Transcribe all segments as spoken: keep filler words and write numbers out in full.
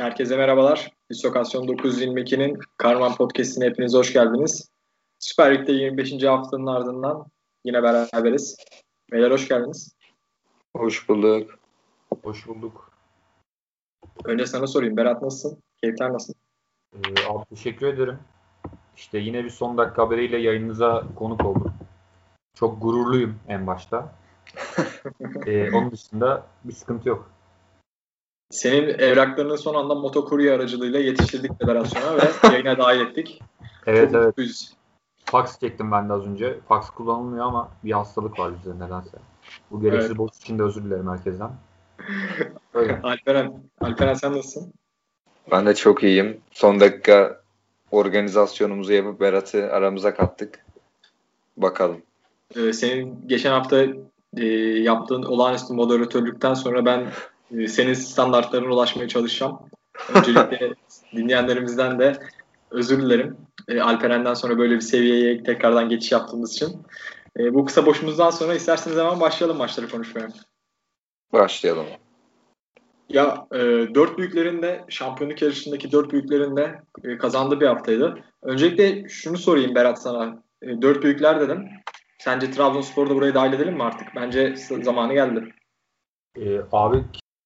Herkese merhabalar. Dislokasyon dokuz yüz yirmi ikinin Karman Podcast'ine hepiniz hoş geldiniz. Süper Lig'de yirmi beşinci haftanın ardından yine beraberiz. Beyler hoş geldiniz. Hoş bulduk. Hoş bulduk. Önce sana sorayım. Berat nasılsın? Keyifler nasıl? Ee, abi teşekkür ederim. İşte yine bir son dakika haberiyle yayınınıza konuk oldum. Çok gururluyum en başta. ee, onun dışında bir sıkıntı yok. Senin evraklarını son anda motokurye aracılığıyla yetiştirdik federasyona ve yayına dahil ettik. Evet Çok evet. mutluyuz. Fax çektim ben de az önce. Fax kullanılmıyor ama bir hastalık var bizde nedense. Bu gereksiz Evet. boş için de özür dilerim herkesten. Öyle. Alperen, Alperen sen nasılsın? Ben de çok iyiyim. Son dakika organizasyonumuzu yapıp Berat'ı aramıza kattık. Bakalım. Ee, senin geçen hafta e, yaptığın olağanüstü moderatörlükten sonra ben e, senin standartlarına ulaşmaya çalışacağım. Öncelikle dinleyenlerimizden de özür dilerim. E, Alperen'den sonra böyle bir seviyeye tekrardan geçiş yaptığımız için. E, bu kısa boşumuzdan sonra isterseniz hemen başlayalım maçları konuşmaya. Başlayalım. Ya e, dört büyüklerin de şampiyonluk yarışındaki dört büyüklerin de e, kazandığı bir haftaydı. Öncelikle şunu sorayım Berat sana. E, dört büyükler dedim. Sence Trabzonspor'u da buraya dahil edelim mi artık? Bence zamanı geldi. Ee, abi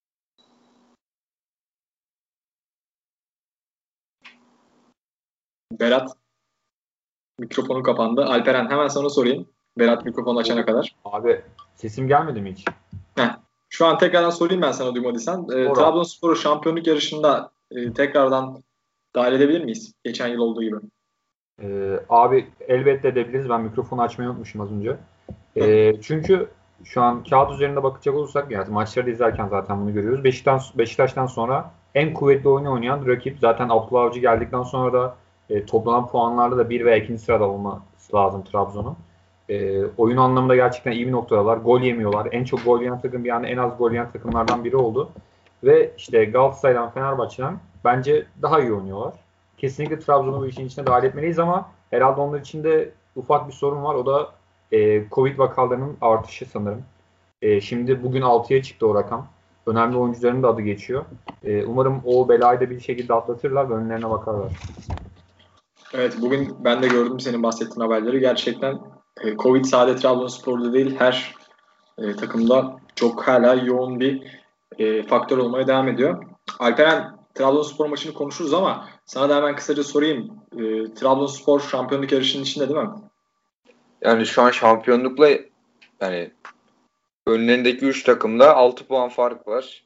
Berat mikrofonu kapandı. Alperen hemen sana sorayım. Berat mikrofonu açana kadar. abi sesim gelmedi mi hiç? Heh. Şu an tekrardan sorayım ben sana duymadıysan. E, Trabzonspor'u şampiyonluk yarışında e, tekrardan dahil edebilir miyiz? Geçen yıl olduğu gibi. Ee, abi elbette edebiliriz. Ben mikrofonu açmayı unutmuşum az önce. Ee, çünkü şu an kağıt üzerinde bakacak olursak yani maçları izlerken zaten bunu görüyoruz. Beşiktaş, Beşiktaş'tan sonra en kuvvetli oyunu oynayan rakip. Zaten Abdullah Avcı geldikten sonra da e, toplanan puanlarda da bir ve ikinci sırada olması lazım Trabzon'un. E, oyun anlamında gerçekten iyi bir noktadalar. Gol yemiyorlar. En çok gol yiyen takım yani en az gol yiyen takımlardan biri oldu. Ve işte Galatasaray'dan Fenerbahçe'den bence daha iyi oynuyorlar. Kesinlikle Trabzon'u bu işin içine dahil etmeliyiz ama herhalde onlar için de ufak bir sorun var. O da e, Covid vakalarının artışı sanırım. E, şimdi bugün altıya çıktı o rakam. Önemli oyuncuların da adı geçiyor. E, umarım o belayı da bir şekilde atlatırlar ve önlerine bakarlar. Evet, bugün ben de gördüm senin bahsettiğin haberleri. Gerçekten e, Covid sadece Trabzonspor'da değil her e, takımda çok hala yoğun bir e, faktör olmaya devam ediyor. Alperen, Trabzonspor maçını konuşuruz ama sana da hemen kısaca sorayım. E, Trabzonspor şampiyonluk yarışının içinde değil mi? Yani şu an şampiyonlukla yani önlerindeki üç takımda altı puan fark var.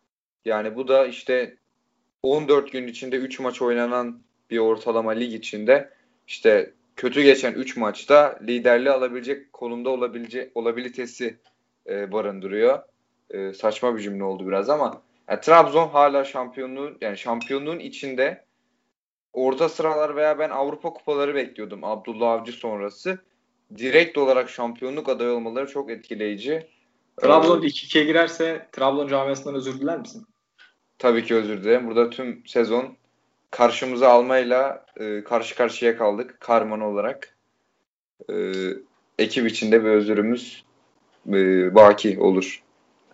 Yani bu da işte on dört gün içinde üç maç oynanan bir ortalama lig içinde işte kötü geçen üç maçta liderliği alabilecek konumda olabilecek olabilitesi e, barındırıyor. E, saçma bir cümle oldu biraz ama yani Trabzon hala şampiyonluğun yani şampiyonluğun içinde orta sıralar veya ben Avrupa kupaları bekliyordum Abdullah Avcı sonrası. Direkt olarak şampiyonluk adayı olmaları çok etkileyici. Trabzon Ee, ilk ikiye girerse Trabzon camiasından özür diler misin? tabii ki özür dilerim. Burada tüm sezon karşımıza almayla e, karşı karşıya kaldık Karman olarak. E, ekip içinde bir özürümüz e, baki olur.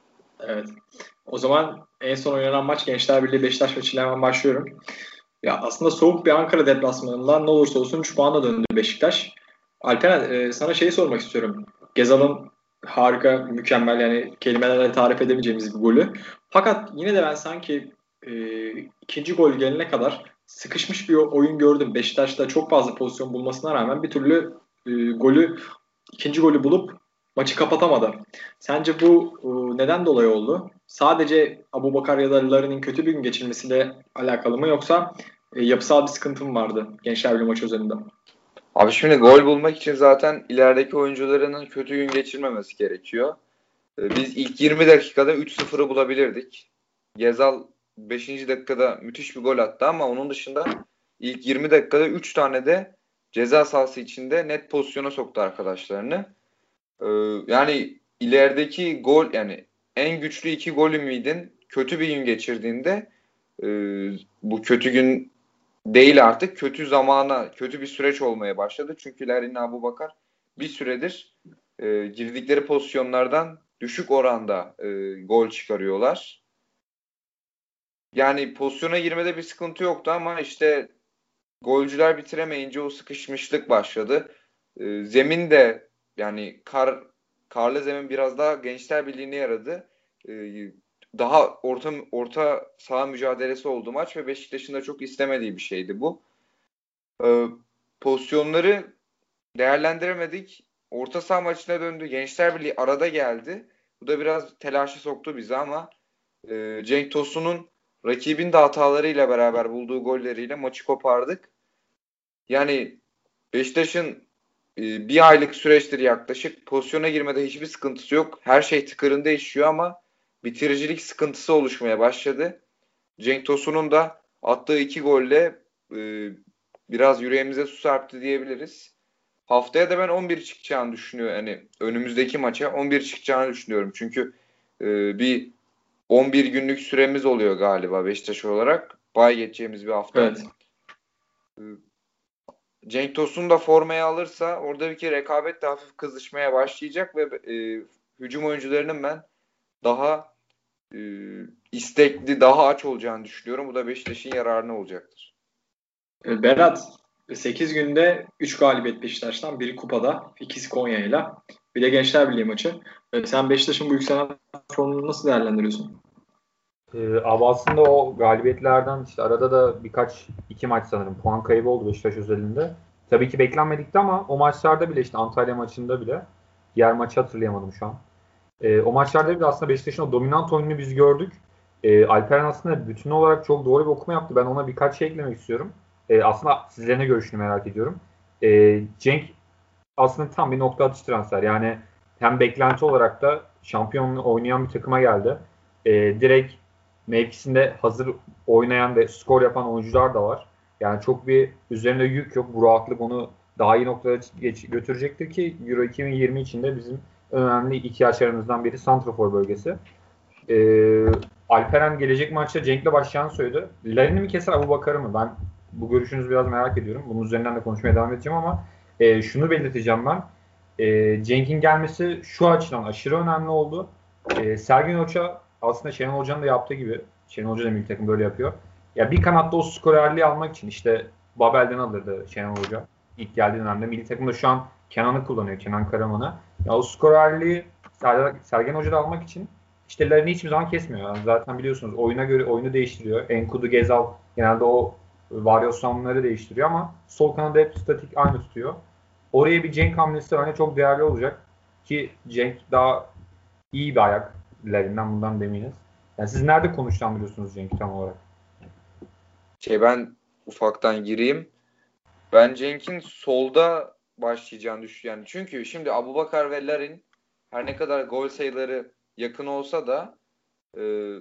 Evet. O zaman en son oynanan maç Gençler Birliği Beşiktaş maçıyla hemen başlıyorum. Ya aslında soğuk bir Ankara deplasmanından ne olursa olsun üç puanla döndü Beşiktaş. Alperen, e, sana şeyi sormak istiyorum. Gezal'ın harika, mükemmel yani kelimelerle tarif edemeyeceğimiz bir golü. Fakat yine de ben sanki e, ikinci gol gelene kadar sıkışmış bir oyun gördüm. Beşiktaş'ta çok fazla pozisyon bulmasına rağmen bir türlü e, golü ikinci golü bulup maçı kapatamadı. Sence bu e, neden dolayı oldu? Sadece Abubakar ya da Larin'in kötü bir gün geçirmesiyle alakalı mı yoksa e, yapısal bir sıkıntı mı vardı Gençler Birliği maçı özelinde? Abi şimdi gol bulmak için zaten ilerideki oyuncularının kötü gün geçirmemesi gerekiyor. E, biz ilk yirmi dakikada üç sıfırı bulabilirdik. Gezal beşinci dakikada müthiş bir gol attı ama onun dışında ilk yirmi dakikada üç tane de ceza sahası içinde net pozisyona soktu arkadaşlarını. Ee, yani ilerideki gol yani en güçlü iki gol ümidin kötü bir gün geçirdiğinde e, bu kötü gün değil artık kötü zamana, kötü bir süreç olmaya başladı. Çünkü Larin Abubakar bir süredir e, girdikleri pozisyonlardan düşük oranda e, gol çıkarıyorlar. yani pozisyona girmede bir sıkıntı yoktu ama işte golcüler bitiremeyince o sıkışmışlık başladı. Ee, zemin de yani kar karlı zemin biraz daha Gençler Birliği'ne yaradı. Ee, daha orta orta saha mücadelesi oldu maç ve Beşiktaş'ın da çok istemediği bir şeydi bu. Ee, pozisyonları değerlendiremedik. Orta saha maçına döndü. Gençler Birliği arada geldi. Bu da biraz telaşı soktu bizi ama e, Cenk Tosun'un rakibin de hatalarıyla beraber bulduğu golleriyle maçı kopardık. Yani Beşiktaş'ın e, bir aylık süreçtir yaklaşık pozisyona girmede hiçbir sıkıntısı yok. Her şey tıkırında işliyor ama bitiricilik sıkıntısı oluşmaya başladı. Cenk Tosun'un da attığı iki golle e, biraz yüreğimize su serpti diyebiliriz. Haftaya da ben on bir çıkacağını düşünüyorum. Yani önümüzdeki maça on bir çıkacağını düşünüyorum. Çünkü e, bir on bir günlük süremiz oluyor galiba Beşiktaş olarak. Bay geçeceğimiz bir hafta. Evet. Cenk Tosun da formaya alırsa oradaki rekabet de hafif kızışmaya başlayacak ve e, hücum oyuncularının ben daha e, istekli, daha aç olacağını düşünüyorum. Bu da Beşiktaş'ın yararına olacaktır. Berat, sekiz günde üç galibiyet Beşiktaş'tan. Biri kupada, ikisi Konya'yla. Bir de Gençler Birliği maçı. Sen Beşiktaş'ın bu yükselen formunu nasıl değerlendiriyorsun? Ee, abi aslında o galibiyetlerden işte arada da birkaç iki maç sanırım puan kaybı oldu Beşiktaş özelinde. Tabii ki beklenmedikti ama o maçlarda bile işte Antalya maçında bile diğer maçı hatırlayamadım şu an. Ee, o maçlarda bile aslında Beşiktaş'ın o dominant oyununu biz gördük. Ee, Alperen aslında bütün olarak çok doğru bir okuma yaptı. Ben ona birkaç şey eklemek istiyorum. Ee, aslında sizlerin de görüşünü merak ediyorum. Ee, Cenk aslında tam bir nokta atış transfer. Yani hem beklenti olarak da şampiyon oynayan bir takıma geldi. Ee, direkt mevkisinde hazır oynayan ve skor yapan oyuncular da var. Yani çok bir üzerinde yük yok. Bu rahatlık onu daha iyi noktalara geç, götürecektir ki Euro iki bin yirmi içinde bizim önemli ihtiyaçlarımızdan biri santrafor bölgesi. Ee, Alperen gelecek maçta Cenk'le başlayacağını söyledi. Larin'i mi keser Abubakar'ı mı? Ben bu görüşünüzü biraz merak ediyorum. Bunun üzerinden de konuşmaya devam edeceğim ama e, şunu belirteceğim ben. E, Cenk'in gelmesi şu açıdan aşırı önemli oldu. E, Sergen Hoca aslında Şenol Hoca'nın da yaptığı gibi, Şenol Hoca da milli takım böyle yapıyor. Ya bir kanatta o skorerliği almak için işte Babel'den alırdı Şenol Hoca. İlk geldiği dönemde milli takımda şu an Kenan'ı kullanıyor, Kenan Karaman'ı. Ya o skorerliği Sergen Hoca'da almak için işte Larin'i hiçbir zaman kesmiyor. Yani zaten biliyorsunuz oyuna göre oyunu değiştiriyor. Enkudu, Gezal genelde o varyasyonları değiştiriyor ama sol kanadı hep statik aynı tutuyor. Oraya bir Cenk hamlesi bence çok değerli olacak. Ki Cenk daha iyi bir ayak Larin'den bundan da eminiz. Yani siz nerede konuşacağını biliyorsunuz Cenk'i tam olarak. Şey ben ufaktan gireyim. Ben Cenk'in solda başlayacağını düşünüyorum. Yani çünkü şimdi Abubakar ve Larin her ne kadar gol sayıları yakın olsa da e,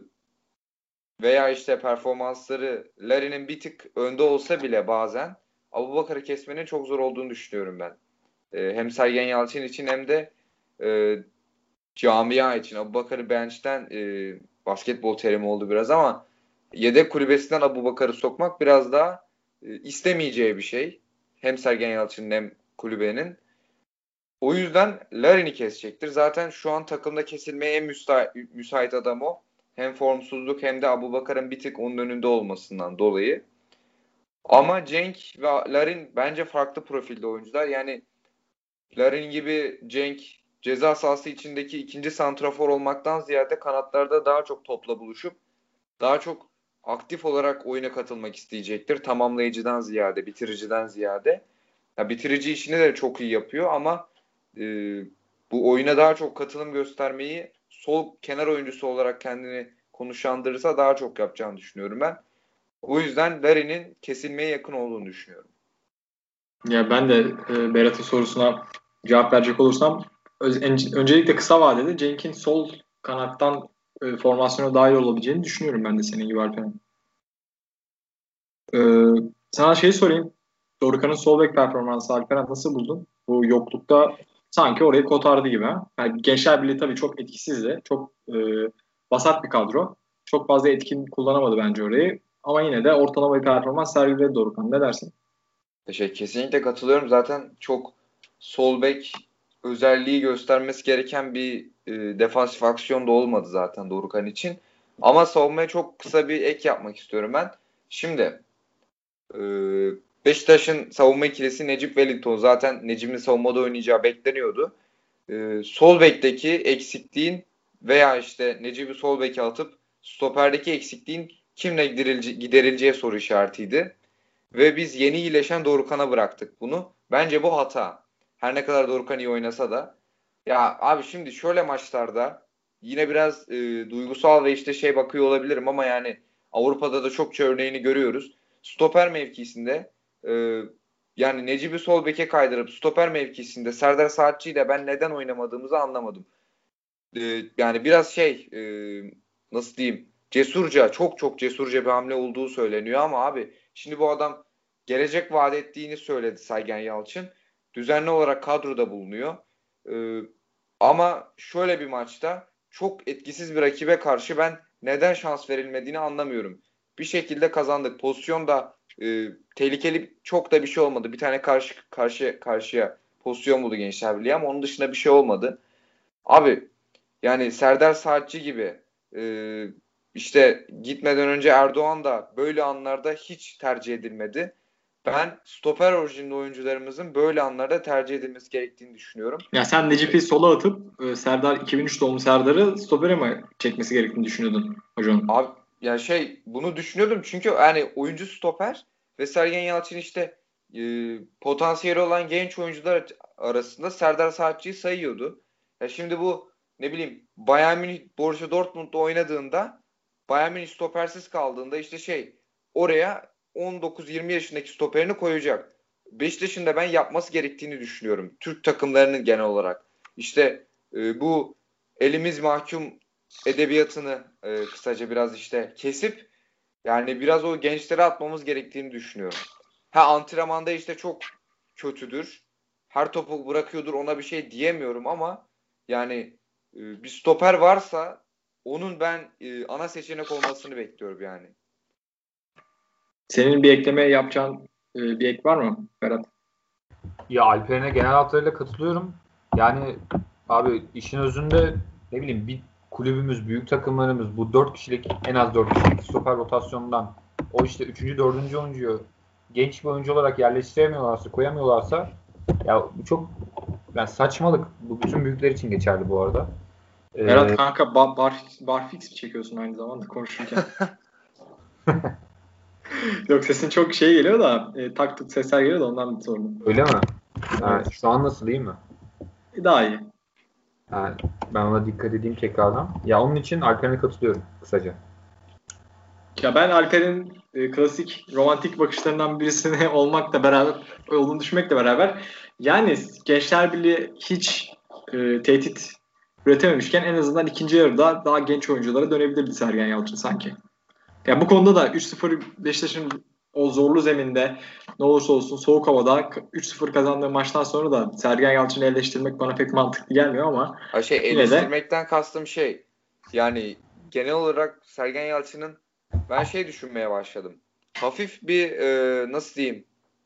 veya işte performansları Larin'in bir tık önde olsa bile bazen Abubakar'ı kesmenin çok zor olduğunu düşünüyorum ben. E, hem Sergen Yalçın için hem de e, camia için. Abubakar'ı bench'ten e, basketbol terimi oldu biraz ama yedek kulübesinden Abubakar'ı sokmak biraz daha e, istemeyeceği bir şey. Hem Sergen Yalçın'ın hem kulübenin. O yüzden Larin'i kesecektir. Zaten şu an takımda kesilmeye en müsait, müsait adam o. Hem formsuzluk hem de Abubakar'ın bir tık onun önünde olmasından dolayı. Ama Cenk ve Larin bence farklı profilde oyuncular. Yani Larin gibi Cenk ceza sahası içindeki ikinci santrafor olmaktan ziyade kanatlarda daha çok topla buluşup daha çok aktif olarak oyuna katılmak isteyecektir. Tamamlayıcıdan ziyade, bitiriciden ziyade. Ya bitirici işini de çok iyi yapıyor ama e, bu oyuna daha çok katılım göstermeyi sol kenar oyuncusu olarak kendini konuşlandırırsa daha çok yapacağını düşünüyorum ben. O yüzden Larin'in kesilmeye yakın olduğunu düşünüyorum. Ya ben de e, Berat'ın sorusuna cevap verecek olursam öz, en, öncelikle kısa vadede Cenk'in sol kanattan e, formasyona dahil olabileceğini düşünüyorum ben de senin gibi Alperen. E, Sana şey sorayım. Dorukhan'ın sol bek performansı Alperen nasıl buldun? Bu yoklukta sanki orayı kotardı gibi. Ha? Yani Gençler Birliği tabii çok etkisizdi. Çok e, vasat bir kadro. Çok fazla etkin kullanamadı bence orayı. Ama yine de ortalama bir performans sergiledi Dorukhan. Ne dersin? Şey, kesinlikle katılıyorum. Zaten çok sol bek özelliği göstermesi gereken bir e, defansif aksiyon da olmadı zaten Dorukhan için. Ama savunmaya çok kısa bir ek yapmak istiyorum ben. Şimdi e, Beşiktaş'ın savunma ikilisi Necip Wellington. Zaten Necip'in savunmada oynayacağı bekleniyordu. E, sol bekteki eksikliğin veya işte Necip'i sol beke atıp stoperdeki eksikliğin kimle giderilce- giderileceği soru işaretiydi. Ve biz yeni iyileşen Dorukhan'a bıraktık bunu. Bence bu hata. Her ne kadar Dorukhan iyi oynasa da. Ya abi şimdi şöyle maçlarda yine biraz e, duygusal ve işte şey bakıyor olabilirim ama yani Avrupa'da da çokça örneğini görüyoruz. Stoper mevkisinde e, yani Necip'i sol beke kaydırıp stoper mevkisinde Serdar Saatçı ile ben neden oynamadığımızı anlamadım. E, yani biraz şey e, nasıl diyeyim cesurca çok çok cesurca bir hamle olduğu söyleniyor ama abi şimdi bu adam gelecek vaat ettiğini söyledi Sergen Yalçın. Düzenli olarak kadroda bulunuyor. E, ama şöyle bir maçta çok etkisiz bir rakibe karşı ben neden şans verilmediğini anlamıyorum. Bir şekilde kazandık. Pozisyon da e, tehlikeli çok da bir şey olmadı. Bir tane karşı karşı karşıya pozisyon buldu Gençler Birliği ama onun dışında bir şey olmadı. Abi yani Serdar Saatçi gibi e, işte gitmeden önce Erdoğan da böyle anlarda hiç tercih edilmedi. Ben stoper orijinli oyuncularımızın böyle anlarda tercih edilmesi gerektiğini düşünüyorum. Ya sen Necip'i sola atıp e, Serdar iki bin üç doğumlu Serdar'ı stopere mi çekmesi gerektiğini düşünüyordun hocam? Abi ya şey bunu düşünüyordum çünkü yani oyuncu stoper ve Sergen Yalçın işte e, potansiyeli olan genç oyuncular arasında Serdar Saatçı'yı sayıyordu. Ya şimdi bu ne bileyim Bayern Münih Borussia Dortmund'da oynadığında Bayern Münih stopersiz kaldığında işte şey oraya on dokuz yirmi yaşındaki stoperini koyacak. Beşiktaş'ın da ben yapması gerektiğini düşünüyorum. Türk takımlarının genel olarak. İşte e, bu elimiz mahkum edebiyatını e, kısaca biraz işte kesip yani biraz o gençlere atmamız gerektiğini düşünüyorum. Ha antrenmanda işte çok kötüdür. Her topu bırakıyordur ona bir şey diyemiyorum ama yani e, bir stoper varsa onun ben e, ana seçenek olmasını bekliyorum yani. Senin bir ekleme yapacağın e, bir ek var mı Ferhat? Ya Alperen'e genel hatlarıyla katılıyorum. Yani abi işin özünde ne bileyim bir kulübümüz, büyük takımlarımız bu dört kişilik en az dört kişilik stoper rotasyonundan o işte üçüncü dördüncü oyuncuyu genç bir oyuncu olarak yerleştiremiyorlarsa, koyamıyorlarsa ya bu çok yani saçmalık. Bu bütün büyükler için geçerli bu arada. Ee, Ferhat kanka bar, bar, barfix mi çekiyorsun aynı zamanda konuşurken? Yok sesin çok şey geliyor da e, tak tuk sesler geliyor da ondan bir sordum. öyle mi? Ha, Evet. şu an nasıl değil mi? E, Daha iyi. Ha, ben ona dikkat edeyim tekrardan. Ya onun için Alperen'e katılıyorum kısaca. Ya ben Alper'in e, klasik romantik bakışlarından birisine olmakla beraber olduğunu düşünmekle beraber yani Gençler Birliği hiç e, tehdit üretememişken en azından ikinci yarıda daha genç oyunculara dönebilirdi Sergen Yalçın sanki. Ya bu konuda da üç sıfır Beşiktaş'ın o zorlu zeminde ne olursa olsun soğuk havada üç sıfır kazandığı maçtan sonra da Sergen Yalçın'ı eleştirmek bana pek mantıklı gelmiyor ama Ha şey yine de eleştirmekten kastım şey yani genel olarak Sergen Yalçın'ın ben şey düşünmeye başladım. Hafif bir e, nasıl diyeyim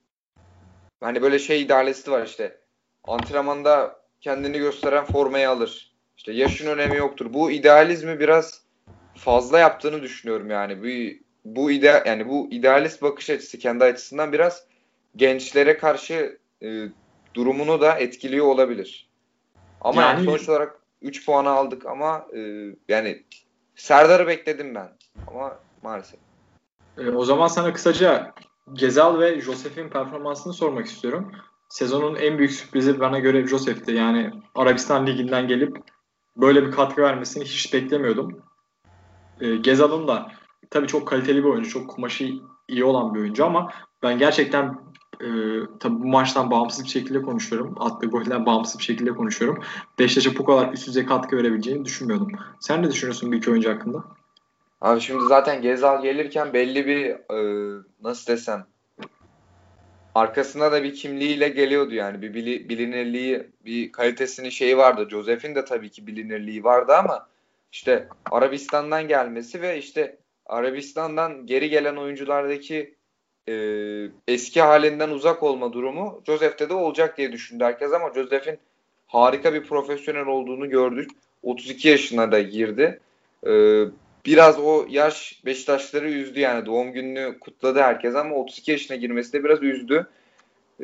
hani böyle şey idealisti var işte antrenmanda kendini gösteren formayı alır. İşte yaşın önemi yoktur. Bu idealizmi biraz fazla yaptığını düşünüyorum yani. Bu bu ide yani bu idealist bakış açısı kendi açısından biraz gençlere karşı e, durumunu da etkiliyor olabilir. Ama yani yani sonuç olarak üç puanı aldık ama e, yani Serdar'ı bekledim ben. Ama maalesef. e, o zaman sana kısaca Gezal ve Josef'in performansını sormak istiyorum. Sezonun en büyük sürprizi bana göre Josef'ti. Yani Arabistan Ligi'nden gelip böyle bir katkı vermesini hiç beklemiyordum. E, Gezal'ın da tabii çok kaliteli bir oyuncu, çok kumaşı iyi olan bir oyuncu ama ben gerçekten e, tabii bu maçtan bağımsız bir şekilde konuşuyorum. Attığı golden bağımsız bir şekilde konuşuyorum. Beşiktaş'a bu kadar üst düzey katkı verebileceğini düşünmüyordum. Sen ne düşünüyorsun bir iki oyuncu hakkında? Abi şimdi zaten Gezal gelirken belli bir e, nasıl desem arkasında da bir kimliğiyle geliyordu yani. Bir bili, bilinirliği, bir kalitesinin şeyi vardı. Josef'in de tabii ki bilinirliği vardı ama işte Arabistan'dan gelmesi ve işte Arabistan'dan geri gelen oyunculardaki e, eski halinden uzak olma durumu Josef'te de olacak diye düşündü herkes ama Josef'in harika bir profesyonel olduğunu gördük. otuz iki yaşına da girdi. E, biraz o yaş Beşiktaşları üzdü yani. Doğum gününü kutladı herkes ama otuz iki yaşına girmesi de biraz üzdü. Ee,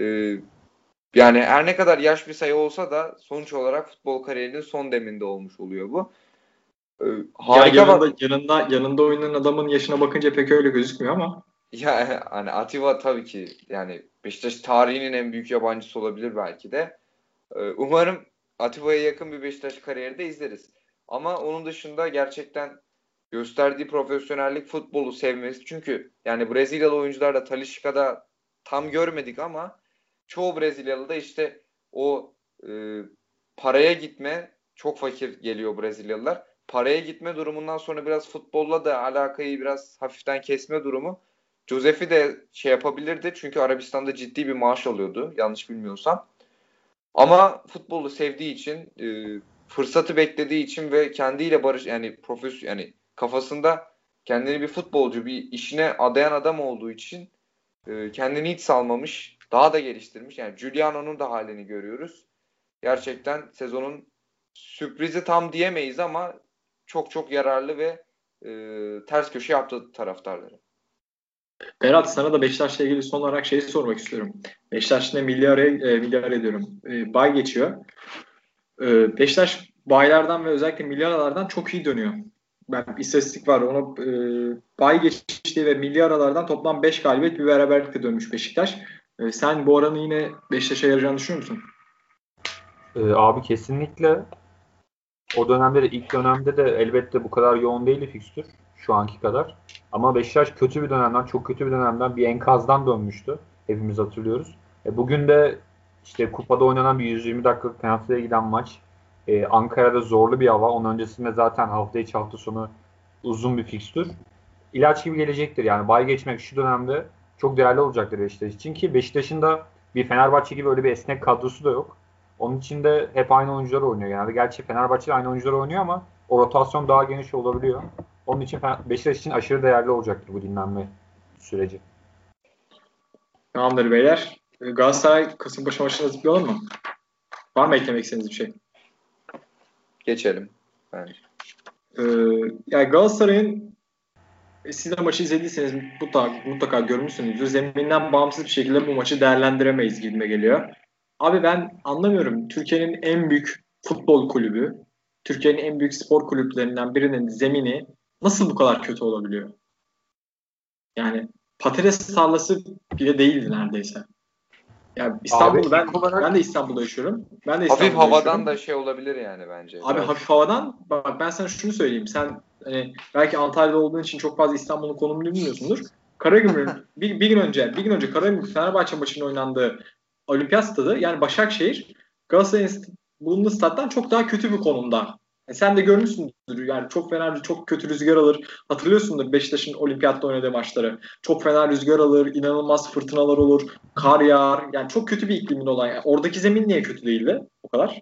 yani her ne kadar yaş bir sayı olsa da sonuç olarak futbol kariyerinin son deminde olmuş oluyor bu. Ee, harika ya yanında, bak. yanında, yanında oynayan adamın yaşına bakınca pek öyle gözükmüyor ama. Ya hani Atiba tabii ki yani Beşiktaş tarihinin en büyük yabancısı olabilir belki de. Ee, umarım Atiba'ya yakın bir Beşiktaş kariyeri de izleriz. Ama onun dışında gerçekten gösterdiği profesyonellik, futbolu sevmesi. Çünkü yani Brezilyalı oyuncular da Talisca'da tam görmedik ama çoğu Brezilyalı da işte o e, paraya gitme, çok fakir geliyor Brezilyalılar. Paraya gitme durumundan sonra biraz futbolla da alakayı biraz hafiften kesme durumu. Josef'i de şey yapabilirdi çünkü Arabistan'da ciddi bir maaş alıyordu yanlış bilmiyorsam. Ama futbolu sevdiği için, e, fırsatı beklediği için ve kendiyle barış yani profesyonel yani kafasında kendini bir futbolcu, bir işine adayan adam olduğu için e, kendini hiç salmamış, daha da geliştirmiş. Yani Giuliano'nun da halini görüyoruz. Gerçekten sezonun sürprizi tam diyemeyiz ama çok çok yararlı ve e, ters köşe yaptı taraftarları. Berat, sana da Beşiktaş'la ilgili son olarak şeyi sormak istiyorum. Beşiktaş'ta milli araya, e, milli araya diyorum. E, bay geçiyor. E, Beşiktaş baylardan ve özellikle milli aralardan çok iyi dönüyor. Ben istatistik var. Ona e, bay geçtiği ve milli aralardan toplam beş galibiyet bir beraberlikle dönmüş Beşiktaş. E, sen bu oranı yine Beşiktaş'a yarayacağını düşünüyor musun? Ee, abi kesinlikle o dönemde de ilk dönemde de elbette bu kadar yoğun değildi fikstür şu anki kadar. Ama Beşiktaş kötü bir dönemden, çok kötü bir dönemden bir enkazdan dönmüştü. Hepimiz hatırlıyoruz. E, bugün de işte kupada oynanan bir yüz yirmi dakikalık penaltıya giden maç. E, Ankara'da zorlu bir hava. Onun öncesinde zaten hafta içi hafta sonu uzun bir fikstür. İlaç gibi gelecektir yani. Bay geçmek şu dönemde çok değerli olacaktır Beşiktaş için ki Beşiktaş'ın da bir Fenerbahçe gibi öyle bir esnek kadrosu da yok. Onun için de hep aynı oyuncular oynuyor genelde. Gerçi Fenerbahçe aynı oyuncular oynuyor ama o rotasyon daha geniş olabiliyor. Onun için Beşiktaş için aşırı değerli olacaktır bu dinlenme süreci. Tamamdır beyler. E, Galatasaray Kasımpaşa maçına zıplayalım mı? Var mı eklemek istediğiniz bir şey? Geçelim bence. Ee, yani Galatasaray'ın e, siz de maçı izlediyseniz mutlaka, mutlaka görmüşsünüzdür. Zeminden bağımsız bir şekilde bu maçı değerlendiremeyiz gibime geliyor. Abi ben anlamıyorum. Türkiye'nin en büyük futbol kulübü, Türkiye'nin en büyük spor kulüplerinden birinin zemini nasıl bu kadar kötü olabiliyor? Yani patates tarlası bile değildi neredeyse. Ya İstanbul, Abi ben ilk olarak ben de İstanbul'da yaşıyorum. Ben de Hafif İstanbul'da havadan yaşıyorum. da şey olabilir yani bence. Abi Biraz. hafif havadan bak ben sana şunu söyleyeyim. Sen hani belki Antalya'da olduğun için çok fazla İstanbul'un konumunu bilmiyorsundur. Karagümrük'ün bir, bir gün önce bir gün önce Karagümrük Fenerbahçe maçının oynandığı Olimpiyat Stadı yani Başakşehir Galatasaray'ın bulunduğu stat'tan çok daha kötü bir konumda. E sen de görmüşsündür yani çok fena çok kötü rüzgar alır. Hatırlıyorsundur Beşiktaş'ın Olimpiyat'ta oynadığı maçları. Çok fena rüzgar alır, inanılmaz fırtınalar olur, kar yağar. Yani çok kötü bir iklimin olan. Yani oradaki zemin niye kötü değildi? O kadar.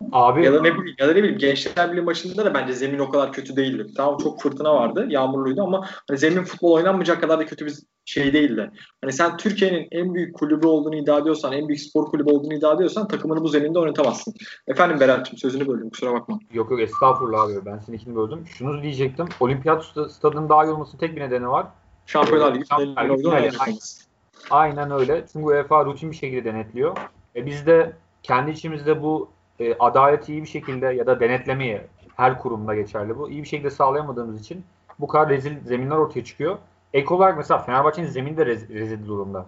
Ya abi da ne bileyim, ya da ne bileyim Gençler Birliği maçında da bence zemin o kadar kötü değildi. Tamam çok fırtına vardı, yağmurluydu ama hani zemin futbol oynanmayacak kadar da kötü bir şey değildi. Hani sen Türkiye'nin en büyük kulübü olduğunu iddia ediyorsan, en büyük spor kulübü olduğunu iddia ediyorsan takımını bu zeminde oynatamazsın. Efendim Berat'cığım sözünü böldüm kusura bakma. yok yok estağfurullah abi ben seninkini böldüm. Şunu diyecektim. Olimpiyat stadının daha iyi olmasının tek bir nedeni var. Şampiyonlar Ee, Ligi Şampiyonlar finalini Ligi oynadı finali. oynayamaz. Aynen öyle. Çünkü UEFA rutin bir şekilde denetliyor. E biz de kendi içimizde bu e, adaleti iyi bir şekilde ya da denetlemeyi her kurumda geçerli bu. İyi bir şekilde sağlayamadığımız için bu kadar rezil zeminler ortaya çıkıyor. Ek olarak mesela Fenerbahçe'nin zemini de rez, rezil durumda.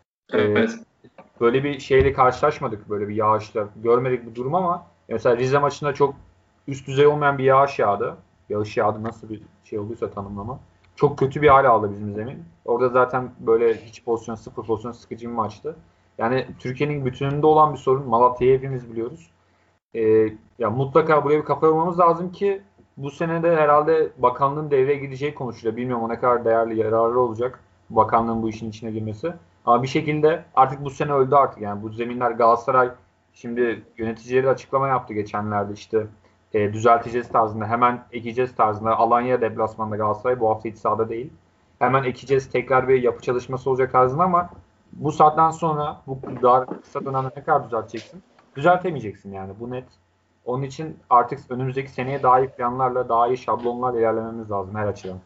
E, Evet. Böyle bir şeyle karşılaşmadık. Böyle bir yağışla. Görmedik bu durum ama mesela Rize maçında çok üst düzey olmayan bir yağış yağdı. Yağış yağdı nasıl bir şey olduysa tanımlama. Çok kötü bir hale aldı bizim zemin. Orada zaten böyle hiç pozisyon, sıfır pozisyon sıkıcı bir maçtı. Yani Türkiye'nin bütününde olan bir sorun. Malatya'yı hepimiz biliyoruz. Ee, ya mutlaka buraya bir kafa yormamız lazım ki bu sene de herhalde bakanlığın devreye gideceği konuşuluyor. Bilmiyorum o ne kadar değerli, yararlı olacak bakanlığın bu işin içine girmesi. Ama bir şekilde artık bu sene öldü artık. Yani bu zeminler Galatasaray şimdi yöneticileri açıklama yaptı geçenlerde işte e, düzelteceğiz tarzında hemen ekeceğiz tarzında. Alanya deplasmanda Galatasaray bu hafta hiç sahada değil. Hemen ekeceğiz tekrar bir yapı çalışması olacak tarzında ama bu saatten sonra bu dar kısa dönemde ne kadar düzelteceksin? Düzeltemeyeceksin yani bu net. Onun için artık önümüzdeki seneye daha iyi planlarla, daha iyi şablonlarla ilerlememiz lazım her açıdan.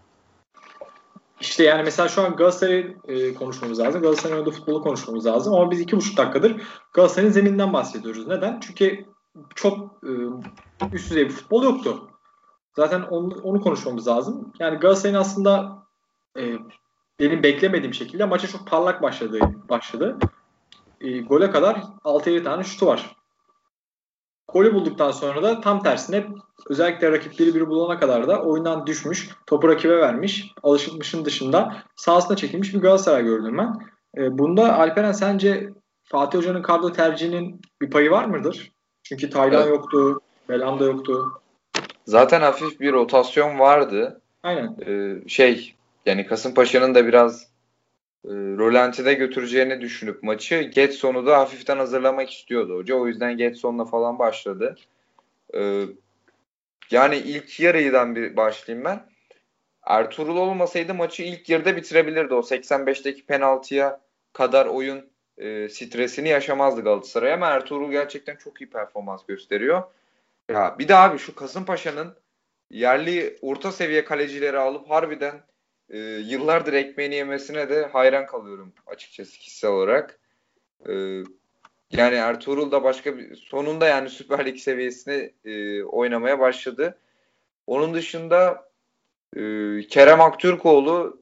İşte yani mesela şu an Galatasaray'ı e, konuşmamız lazım. Galatasaray'ın oynadığı futbolu konuşmamız lazım. Ama biz iki buçuk dakikadır Galatasaray'ın zeminden bahsediyoruz. Neden? Çünkü çok e, üst düzey bir futbol yoktu. Zaten onu, onu konuşmamız lazım. Yani Galatasaray'ın aslında e, benim beklemediğim şekilde maça çok parlak başladı. başladı. E, gole kadar altı yedi tane şutu var. Golü bulduktan sonra da tam tersine özellikle rakipleri bir bulana kadar da oyundan düşmüş, topu rakibe vermiş, alışılmışın dışında sahasına çekilmiş bir Galatasaray gördüm ben. E, bunda Alperen sence Fatih Hoca'nın kadro tercihinin bir payı var mıdır? Çünkü Taylan Evet. yoktu, Belhanda yoktu. Zaten hafif bir rotasyon vardı. Aynen. Ee, şey yani Kasımpaşa'nın da biraz e, rolantide götüreceğini düşünüp maçı Getson'u da hafiften hazırlamak istiyordu hoca. O yüzden Getson'la falan başladı. Ee, yani ilk yarıdan bir başlayayım ben. Ertuğrul olmasaydı maçı ilk yarıda bitirebilirdi. O seksen beşteki penaltıya kadar oyun e, stresini yaşamazdı Galatasaray ama Ertuğrul gerçekten çok iyi performans gösteriyor. Ya bir de abi şu Kasımpaşa'nın yerli orta seviye kalecileri alıp harbiden e, yıllardır ekmeğini yemesine de hayran kalıyorum açıkçası kişisel olarak. E, yani Ertuğrul da başka bir sonunda yani Süper Lig seviyesine e, oynamaya başladı. Onun dışında e, Kerem Aktürkoğlu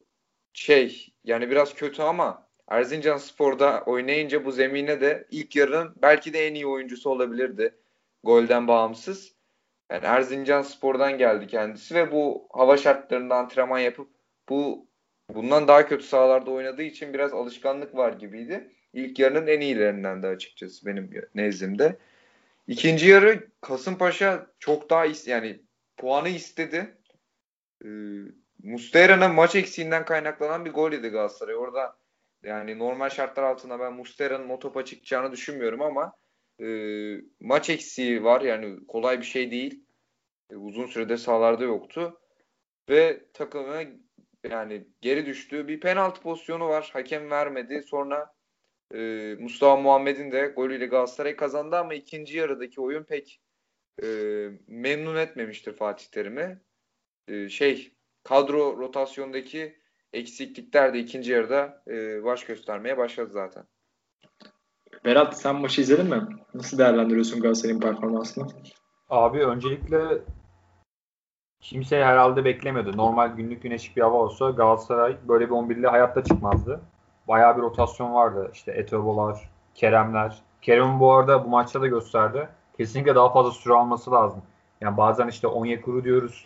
şey yani biraz kötü ama Erzincanspor'da oynayınca bu zemine de ilk yarının belki de en iyi oyuncusu olabilirdi. Golden bağımsız. Yani Erzincanspor'dan geldi kendisi ve bu hava şartlarında antrenman yapıp bu bundan daha kötü sahalarda oynadığı için biraz alışkanlık var gibiydi. İlk yarının en iyilerinden de açıkçası benim nezdimde. İkinci yarı Kasımpaşa çok daha is- yani puanı istedi. Ee, Muslera'nın maç eksiğinden kaynaklanan bir gol yedi Galatasaray. Orada yani normal şartlar altında ben Muslera'nın o topa çıkacağını düşünmüyorum ama e, maç eksiği var. Yani kolay bir şey değil. E, uzun süredir sahalarda yoktu. Ve takımı yani geri düştü. Bir penaltı pozisyonu var. Hakem vermedi. Sonra e, Mustafa Muhammed'in de golüyle Galatasaray kazandı ama ikinci yarıdaki oyun pek e, memnun etmemiştir Fatih Terim'i. E, şey kadro rotasyondaki eksiklikler de ikinci yarıda e, baş göstermeye başladı zaten. Berat sen maçı izledin mi? Nasıl değerlendiriyorsun Galatasaray'ın performansını? Abi öncelikle kimse herhalde beklemiyordu. Normal günlük güneşlik bir hava olsa Galatasaray böyle bir on bir ile hayatta çıkmazdı. Bayağı bir rotasyon vardı. İşte Etobolar, Keremler. Kerem'in bu arada bu maçta da gösterdi. Kesinlikle daha fazla süre alması lazım. Yani bazen işte Onyekuru diyoruz.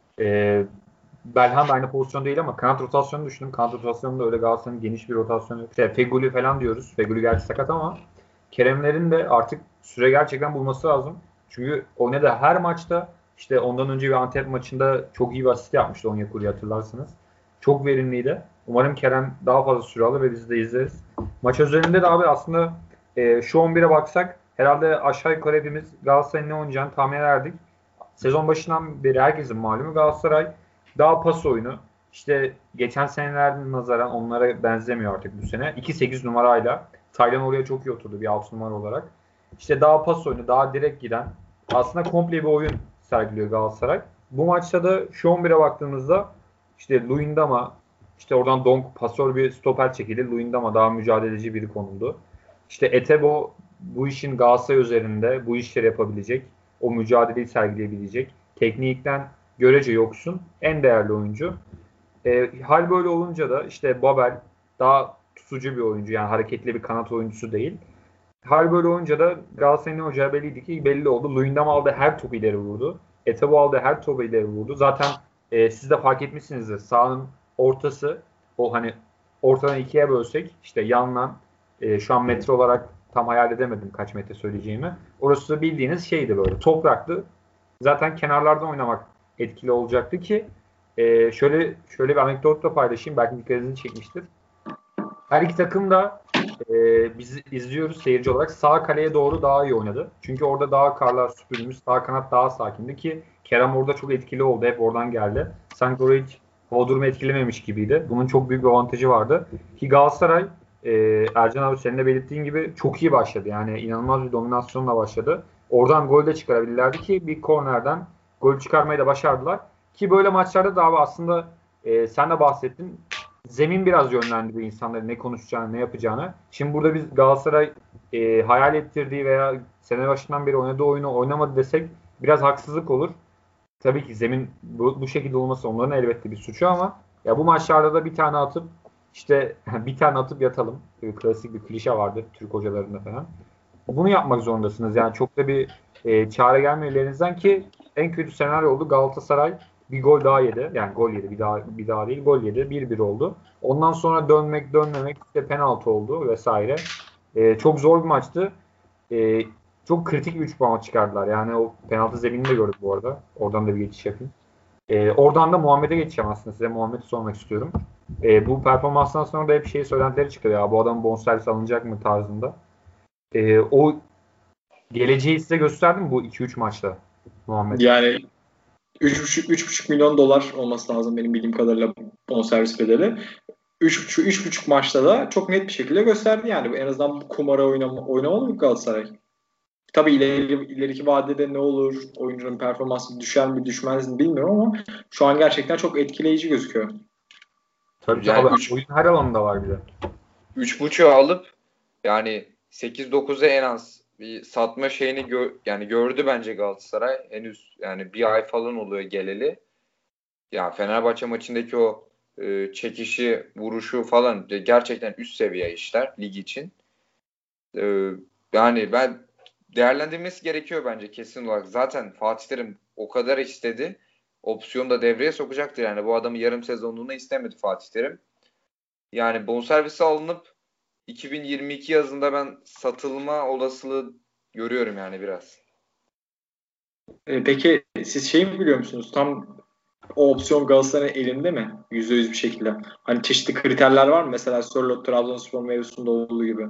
Ee, Belhanda aynı pozisyon değil ama kanat rotasyonu düşünün. Kanat rotasyonunda öyle Galatasaray'ın geniş bir rotasyonu yok. İşte Feguli falan diyoruz. Feguli gerçi sakat ama Keremlerin de artık süre gerçekten bulması lazım. Çünkü oynadığı her maçta işte ondan önce bir Antep maçında çok iyi bir asist yapmıştı Onyekuru'yu hatırlarsınız. Çok verimliydi. Umarım Kerem daha fazla süre alır ve biz de izleriz. Maç özelinde de abi aslında e, şu on bire baksak herhalde aşağı yukarı hepimiz Galatasaray'ın ne oynayacağını tahmin ederdik. Sezon başından beri herkesin malumu Galatasaray daha pas oyunu. İşte geçen senelerden nazaran onlara benzemiyor artık bu sene. iki sekiz numarayla Taylan oraya çok iyi oturdu bir altı numara olarak. İşte daha pas oyunu, daha direkt giden aslında komple bir oyun sergiliyor Galatasaray. Bu maçta da şu on bire baktığımızda işte Luyendama, işte oradan Donk pasör bir stoper çekildi. Luyendama daha mücadeleci biri konuldu. İşte Etebo bu işin Galatasaray üzerinde bu işleri yapabilecek, o mücadeleyi sergileyebilecek, teknikten görece yoksun en değerli oyuncu. E, hal böyle olunca da işte Babel daha tutucu bir oyuncu yani hareketli bir kanat oyuncusu değil. Hal böyle olunca da Galatasaray'ın ne olacağı belliydi ki belli oldu. Luyendam aldı her topu ileri vurdu. Etebo aldı her topu ileri vurdu. Zaten e, siz de fark etmişsinizdir. Sahanın ortası o hani ortadan ikiye bölsek işte yandan e, şu an metre olarak tam hayal edemedim kaç metre söyleyeceğimi. Orası da bildiğiniz şeydi böyle topraklı. Zaten kenarlardan oynamak etkili olacaktı ki e, şöyle şöyle bir anekdotla paylaşayım. Belki dikkatinizi çekmiştir. Her iki takım da e, biz izliyoruz seyirci olarak sağ kaleye doğru daha iyi oynadı. Çünkü orada daha karlar süpürülmüş, sağ kanat daha sakindi ki Kerem orada çok etkili oldu. Hep oradan geldi. Sanki orayı hiç hava durumu etkilememiş gibiydi. Bunun çok büyük bir avantajı vardı. Ki Galatasaray e, Ercan abi senin de belirttiğin gibi çok iyi başladı. Yani inanılmaz bir dominasyonla başladı. oradan gol de çıkarabilirlerdi ki bir kornerden gol çıkarmayı da başardılar. Ki böyle maçlarda da abi aslında e, sen de bahsettin. Zemin biraz yönlendiriyor insanları ne konuşacağını, ne yapacağını. Şimdi burada biz Galatasaray e, hayal ettirdiği veya sene başından beri oynadığı oyunu oynamadı desek biraz haksızlık olur. Tabii ki zemin bu, bu şekilde olması onların elbette bir suçu ama ya bu maçlarda da bir tane atıp işte bir tane atıp yatalım. Bir klasik bir klişe vardır Türk hocalarında falan. Bunu yapmak zorundasınız. Yani çok da bir e, çare gelmiyor ellerinizden ki en kötü senaryo oldu. Galatasaray bir gol daha yedi. Yani gol yedi. Bir daha bir daha değil gol yedi. bir bir oldu. Ondan sonra dönmek dönmemek işte penaltı oldu vesaire. E, çok zor bir maçtı. E, çok kritik bir üç puan çıkardılar. Yani o penaltı zeminini de gördük bu arada. Oradan da bir geçiş yapayım. E, oradan da Muhammed'e geçeceğim aslında. Size Muhammed'i sormak istiyorum. E, bu performanstan sonra da hep şey söylentileri çıktı ya. Bu adam bonservis alınacak mı tarzında. E, o geleceği size gösterdi mi bu iki üç maçta Muhammed? Yani üç buçuk üç buçuk milyon dolar olması lazım benim bildiğim kadarıyla bonservis bedeli. üç buçuk üç buçuk maçta da çok net bir şekilde gösterdi yani. En azından bu kumara oynama, oynamalı mı Galatasaray? Tabii ileri, ileriki vadede ne olur? Oyuncunun performansı düşer mi düşmez mi bilmiyorum ama şu an gerçekten çok etkileyici gözüküyor. Tabii Yani abi üç, oyun her alanında var bir de. üç buçuğu alıp yani sekiz dokuza en az bir satma şeyini gö- yani gördü bence Galatasaray. Henüz yani bir ay falan oluyor geleli. Ya Fenerbahçe maçındaki o e, çekişi, vuruşu falan gerçekten üst seviye işler lig için. E, yani ben değerlendirmesi gerekiyor bence kesin olarak. Zaten Fatih Terim o kadar istedi. Opsiyonu da devreye sokacaktır. Yani bu adamı yarım sezonluğuna istemedi Fatih Terim. Yani bonservisi alınıp iki bin yirmi iki yazında ben satılma olasılığı görüyorum yani biraz. E, peki siz şey mi biliyor musunuz? Tam o opsiyon Galatasaray'ın elinde mi? yüzde yüz bir şekilde. Hani çeşitli kriterler var mı? Mesela Sörloth Trabzonspor mevzusunda olduğu gibi.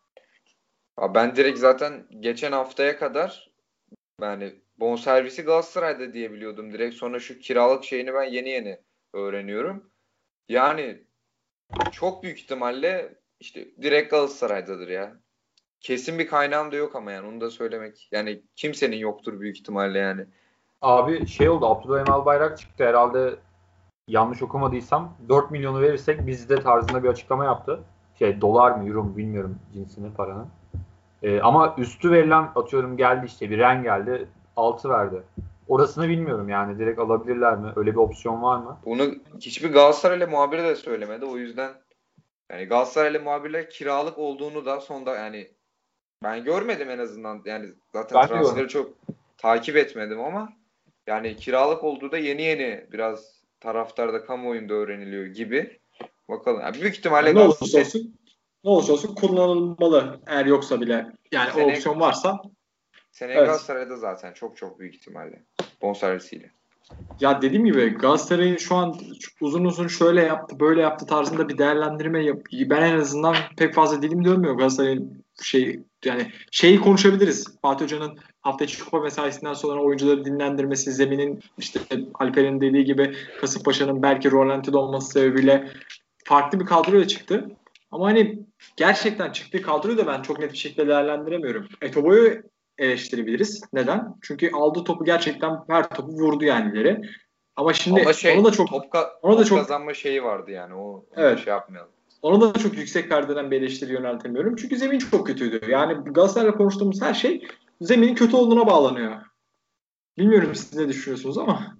Ya ben direkt zaten geçen haftaya kadar yani bonservisi Galatasaray'da diye biliyordum direkt. Sonra şu kiralık şeyini ben yeni yeni öğreniyorum. Yani çok büyük ihtimalle işte direkt Galatasaray'dadır ya. Kesin bir kaynağım da yok ama yani onu da söylemek. Yani kimsenin yoktur büyük ihtimalle yani. Abi şey oldu Abdülhamim Albayrak çıktı herhalde yanlış okumadıysam dört milyonu verirsek bizde tarzında bir açıklama yaptı. Şey dolar mı euro mu bilmiyorum cinsini paranın. Ee, ama üstü verilen atıyorum geldi işte bir ren geldi altı verdi. Orasını bilmiyorum yani direkt alabilirler mi? Öyle bir opsiyon var mı? Bunu hiçbir Galatasaraylı muhabiri de söylemedi. O yüzden yani Galatasaraylı muhabirler kiralık olduğunu da sonda yani ben görmedim en azından. Yani zaten Ben de görmedim. transferi çok takip etmedim ama yani kiralık olduğu da yeni yeni biraz taraftarda kamuoyunda öğreniliyor gibi. Bakalım. Yani büyük ihtimalle Yani ne olursa Galatasaray olsun ne olursa olsun kullanılmalı eğer yoksa bile. Yani o seneye, opsiyon varsa seneye evet. Galatasaray'da zaten çok çok büyük ihtimalle bonservisiyle. Ya dediğim gibi Galatasaray'ın şu an uzun uzun şöyle yaptı böyle yaptı tarzında bir değerlendirme yap. Ben en azından pek fazla dilim dönmüyor Galatasaray'ın şey yani şeyi konuşabiliriz. Fatih Hoca'nın hafta içi kupa mesaisinden sonra oyuncuları dinlendirmesi, zeminin işte Alper'in dediği gibi Kasımpaşa'nın belki rolanti olması sebebiyle farklı bir kadroyla çıktı. Ama hani gerçekten çıktığı kadroyu da ben çok net bir şekilde değerlendiremiyorum. Etobo'yu eleştirebiliriz. Neden? Çünkü aldığı topu gerçekten her topu vurdu yani ileri. Ama şimdi Ama onu şey da çok top, ka- ona da top çok kazanma şeyi vardı yani o onu da evet. şey yapmayalım. Ona da çok yüksek perdeden bir eleştiri yöneltemiyorum. Çünkü zemin çok kötüydü. Yani Galatasaray'la konuştuğumuz her şey zeminin kötü olduğuna bağlanıyor. Bilmiyorum siz ne düşünüyorsunuz ama.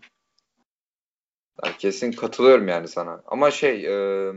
Yani kesin katılıyorum yani sana. Ama şey e,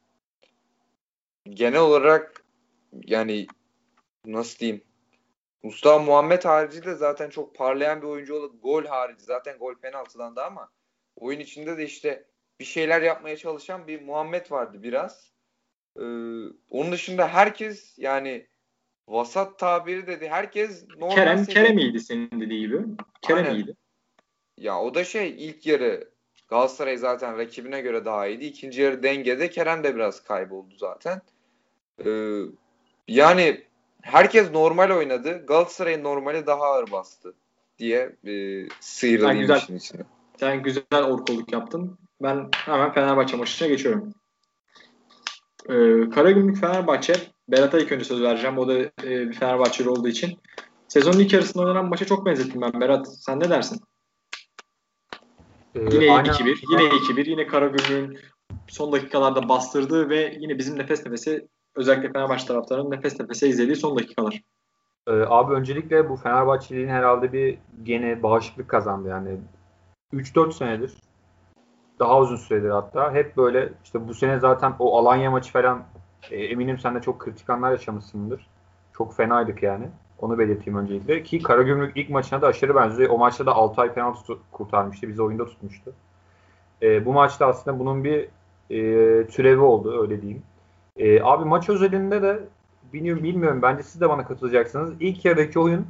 genel olarak yani nasıl diyeyim Mustafa Muhammed harici de zaten çok parlayan bir oyuncu oldu. Gol harici zaten gol penaltıdan da ama oyun içinde de işte bir şeyler yapmaya çalışan bir Muhammed vardı biraz. Ee, onun dışında herkes yani vasat tabiri dedi. Herkes normal Kerem seviye. Kerem iyiydi senin dediği gibi. Kerem Aynen. iyiydi. Ya o da şey ilk yarı Galatasaray zaten rakibine göre daha iyiydi. İkinci yarı dengede Kerem de biraz kayboldu zaten. Ee, yani herkes normal oynadı. Galatasaray'ın normali daha ağır bastı diye e, Sen sıyrılayım güzel işin içine. sen güzel orkoluk yaptın. Ben hemen Fenerbahçe maçına geçiyorum. Ee, Karagümrük Fenerbahçe. Berat'a ilk önce söz vereceğim. O da e, bir Fenerbahçeli olduğu için. Sezonun ilk yarısında oynanan maça çok benzettim ben Berat. Sen ne dersin? Ee, Yine aynen. iki bir. Yine iki bir. Yine Karagümrük'ün son dakikalarda bastırdığı ve yine bizim nefes nefese, özellikle Fenerbahçe taraftarının nefes nefese izlediği son dakikalar. Ee, abi öncelikle bu Fenerbahçeliğin herhalde bir gene bağışıklık kazandı yani. üç dört senedir, daha uzun süredir hatta. Hep böyle işte bu sene zaten o Alanya maçı falan, e, eminim sen de çok kritik anlar yaşamışsındır. Çok fenaydık yani. Onu belirteyim öncelikle. Ki Karagümrük ilk maçına da aşırı benziyor. O maçta da Altay penaltı kurtarmıştı. Bizi oyunda tutmuştu. E, bu maçta aslında bunun bir e, türevi oldu, öyle diyeyim. E, abi maç özelinde de bilmiyorum, bilmiyorum bence siz de bana katılacaksınız. İlk yarıdaki oyun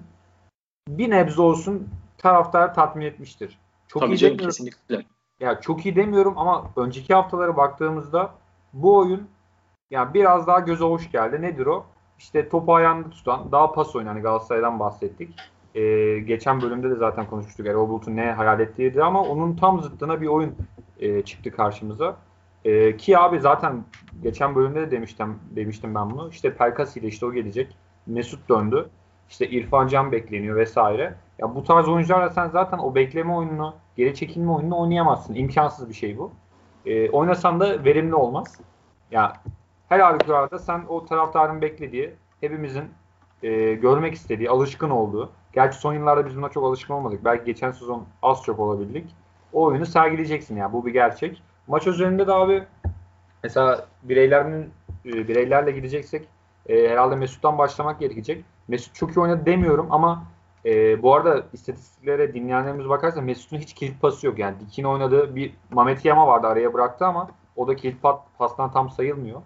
bir nebze olsun taraftarı tatmin etmiştir. Çok Tabii iyi canım, demiyorum. kesinlikle. Ya çok iyi demiyorum ama önceki haftalara baktığımızda bu oyun yani biraz daha göze hoş geldi. Nedir o? İşte topu ayağında tutan, daha pas oyunu. Hani Galatasaray'dan bahsettik. Ee, geçen bölümde de zaten konuşmuştuk. Erol Bulut'un ne hayal ettiğiydi ama onun tam zıttına bir oyun e, çıktı karşımıza. E, ki abi zaten geçen bölümde de demiştim demiştim ben bunu. İşte Pelkas ile işte o gelecek. Mesut döndü. İşte İrfan Can bekleniyor vesaire. Ya bu tarz oyuncularla sen zaten o bekleme oyununu, geri çekilme oyununu oynayamazsın. İmkansız bir şey bu. E, oynasan da verimli olmaz. Ya her halükarda sen o taraftarın beklediği, hepimizin e, görmek istediği, alışkın olduğu, gerçi son yıllarda biz buna çok alışkın olmadık. Belki geçen sezon az çok olabildik. O oyunu sergileyeceksin ya. Bu bir gerçek. Maç üzerinde de abi mesela bireylerin e, bireylerle gideceksek e, herhalde Mesut'tan başlamak gerekecek. Mesut çok iyi oynadı demiyorum ama e, bu arada istatistiklere dinleyenlerimiz bakarsa Mesut'un hiç kilit pası yok. Yani Dikine oynadığı bir Mehmet Yama vardı, araya bıraktı ama o da kilit pastan tam sayılmıyor.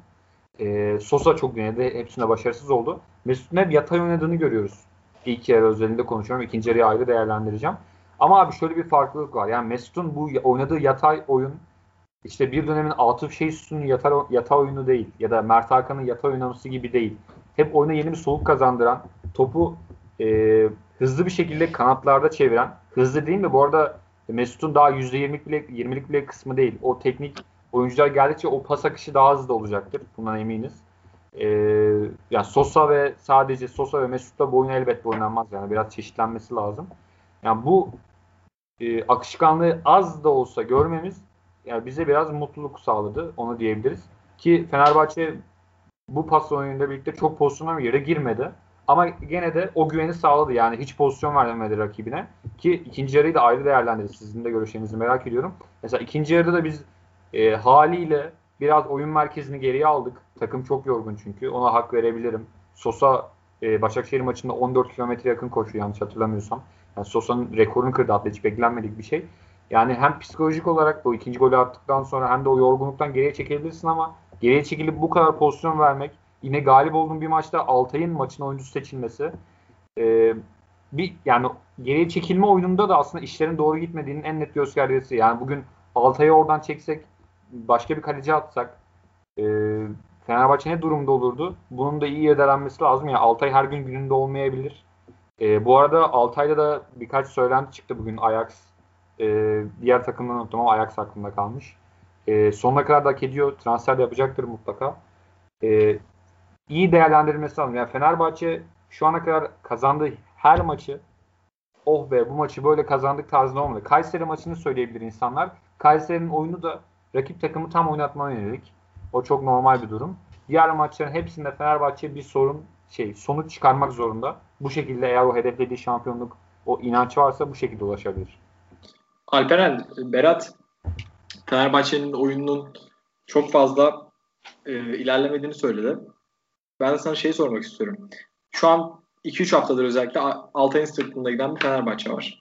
E, Sosa çok denedi. Hepsinde başarısız oldu. Mesut'un hep yatay oynadığını görüyoruz. İlk yarı özelinde konuşuyorum. İkinci yarıyı ayrı değerlendireceğim. Ama abi şöyle bir farklılık var. Yani Mesut'un bu oynadığı yatay oyun işte bir dönemin Atıf Şehsu'nun yatay, yatay oyunu değil. Ya da Mert Hakan'ın yatay oynaması gibi değil. Hep oyuna yeni bir soluk kazandıran, topu e, hızlı bir şekilde kanatlarda çeviren, hızlı değil mi? Bu arada Mesut'un daha yüzde yirmilik bile, yirmilik bile kısmı değil. O teknik oyuncular geldikçe o pas akışı daha hızlı olacaktır. Bundan eminiz. Ee, yani Sosa ve sadece Sosa ve Mesut'la bu oyun elbette oynanmaz. Yani biraz çeşitlenmesi lazım. Yani bu e, akışkanlığı az da olsa görmemiz yani bize biraz mutluluk sağladı. Onu diyebiliriz. Ki Fenerbahçe bu pas oyunuyla birlikte çok pozisyona göre girmedi. Ama gene de o güveni sağladı. Yani hiç pozisyon vermedi rakibine. Ki ikinci yarıyı da ayrı değerlendirdi. Sizin de görüşlerinizi merak ediyorum. Mesela ikinci yarıda da biz e, haliyle biraz oyun merkezini geriye aldık. Takım çok yorgun çünkü. Ona hak verebilirim. Sosa e, Başakşehir maçında on dört kilometre yakın koştu yanlış hatırlamıyorsam. Yani Sosa'nın rekorunu kırdı hatta, hiç beklenmedik bir şey. Yani hem psikolojik olarak bu ikinci golü attıktan sonra hem de o yorgunluktan geriye çekebilirsin ama geriye çekilip bu kadar pozisyon vermek, yine galip olduğun bir maçta Altay'ın maçın oyuncusu seçilmesi, e, bir yani geriye çekilme oyununda da aslında işlerin doğru gitmediğinin en net göstergesi. Yani bugün Altay'ı oradan çeksek, başka bir kaleci atsak, e, Fenerbahçe ne durumda olurdu? Bunun da iyi irdelenmesi lazım. Yani Altay her gün gününde olmayabilir. E, bu arada Altay'da da birkaç söylenti çıktı bugün. Ajax, e, diğer takımdan unuttum ama Ajax aklımda kalmış. E, sonuna kadar da hak ediyor. Transfer de yapacaktır mutlaka. E, iyi değerlendirilmesi lazım. Yani Fenerbahçe şu ana kadar kazandığı her maçı, oh be bu maçı böyle kazandık tarzında olmadı. Kayseri maçını söyleyebilir insanlar. Kayseri'nin oyunu da rakip takımı tam oynatmaya yönelik. O çok normal bir durum. Diğer maçların hepsinde Fenerbahçe bir sorun şey sonuç çıkarmak zorunda. Bu şekilde eğer o hedeflediği şampiyonluk, o inanç varsa bu şekilde ulaşabilir. Alperen, Berat, Fenerbahçe'nin oyununun çok fazla e, ilerlemediğini söyledi. Ben de sana şey sormak istiyorum. Şu an iki üç haftadır özellikle Altay'ın sırtında giden bir Fenerbahçe var.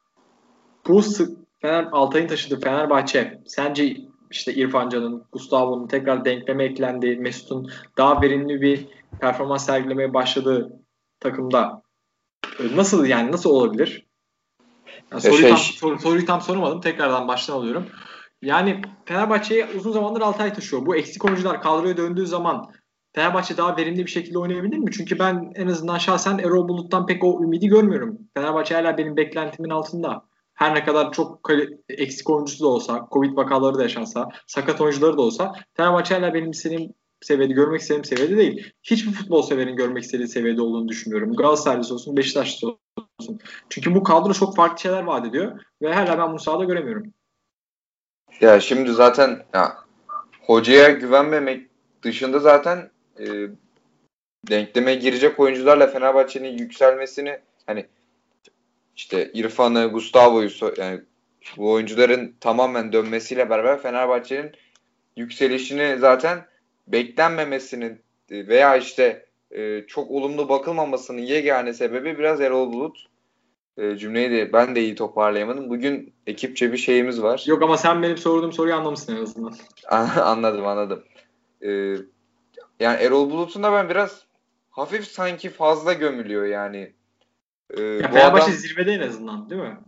Bu Fener, Altay'ın taşıdığı Fenerbahçe sence işte İrfan Can'ın, Gustavo'nun tekrar denkleme eklendiği, Mesut'un daha verimli bir performans sergilemeye başladığı takımda nasıl yani nasıl olabilir? Yani soruyu, şey, tam, sor, soruyu tam sormadım. Tekrardan baştan alıyorum. Yani Fenerbahçe'yi uzun zamandır Altay taşıyor. Bu eksik oyuncular kadroya döndüğü zaman Fenerbahçe daha verimli bir şekilde oynayabilir mi? Çünkü ben en azından şahsen Erol Bulut'tan pek o ümidi görmüyorum. Fenerbahçe hala benim beklentimin altında. Her ne kadar çok eksik oyuncusu da olsa, Covid vakaları da yaşansa, sakat oyuncuları da olsa Fenerbahçe hala benim istediğim seviyede görmek istediğim seviyede değil. Hiçbir futbol severin görmek istediği seviyede olduğunu düşünmüyorum. Galatasaraylısı olsun, Beşiktaşlısı olsun. Çünkü bu kadro çok farklı şeyler vaat ediyor ve hala ben bunu sahada göremiyorum. Ya şimdi zaten ya, hocaya güvenmemek dışında zaten e, denkleme girecek oyuncularla Fenerbahçe'nin yükselmesini hani işte İrfan'ı, Gustavo'yu yani bu oyuncuların tamamen dönmesiyle beraber Fenerbahçe'nin yükselişini zaten beklenmemesinin veya işte e, çok olumlu bakılmamasının yegane sebebi biraz Erol Bulut. E, cümleyi de ben de iyi toparlayamadım. Bugün ekipçe bir şeyimiz var. Yok ama sen benim sorduğum soruyu anlamışsın en azından. Anladım anladım. E, yani Erol Bulut'un da ben biraz hafif sanki fazla gömülüyor yani. E, Ya bu Fenerbahçe adam zirvede en azından değil mi?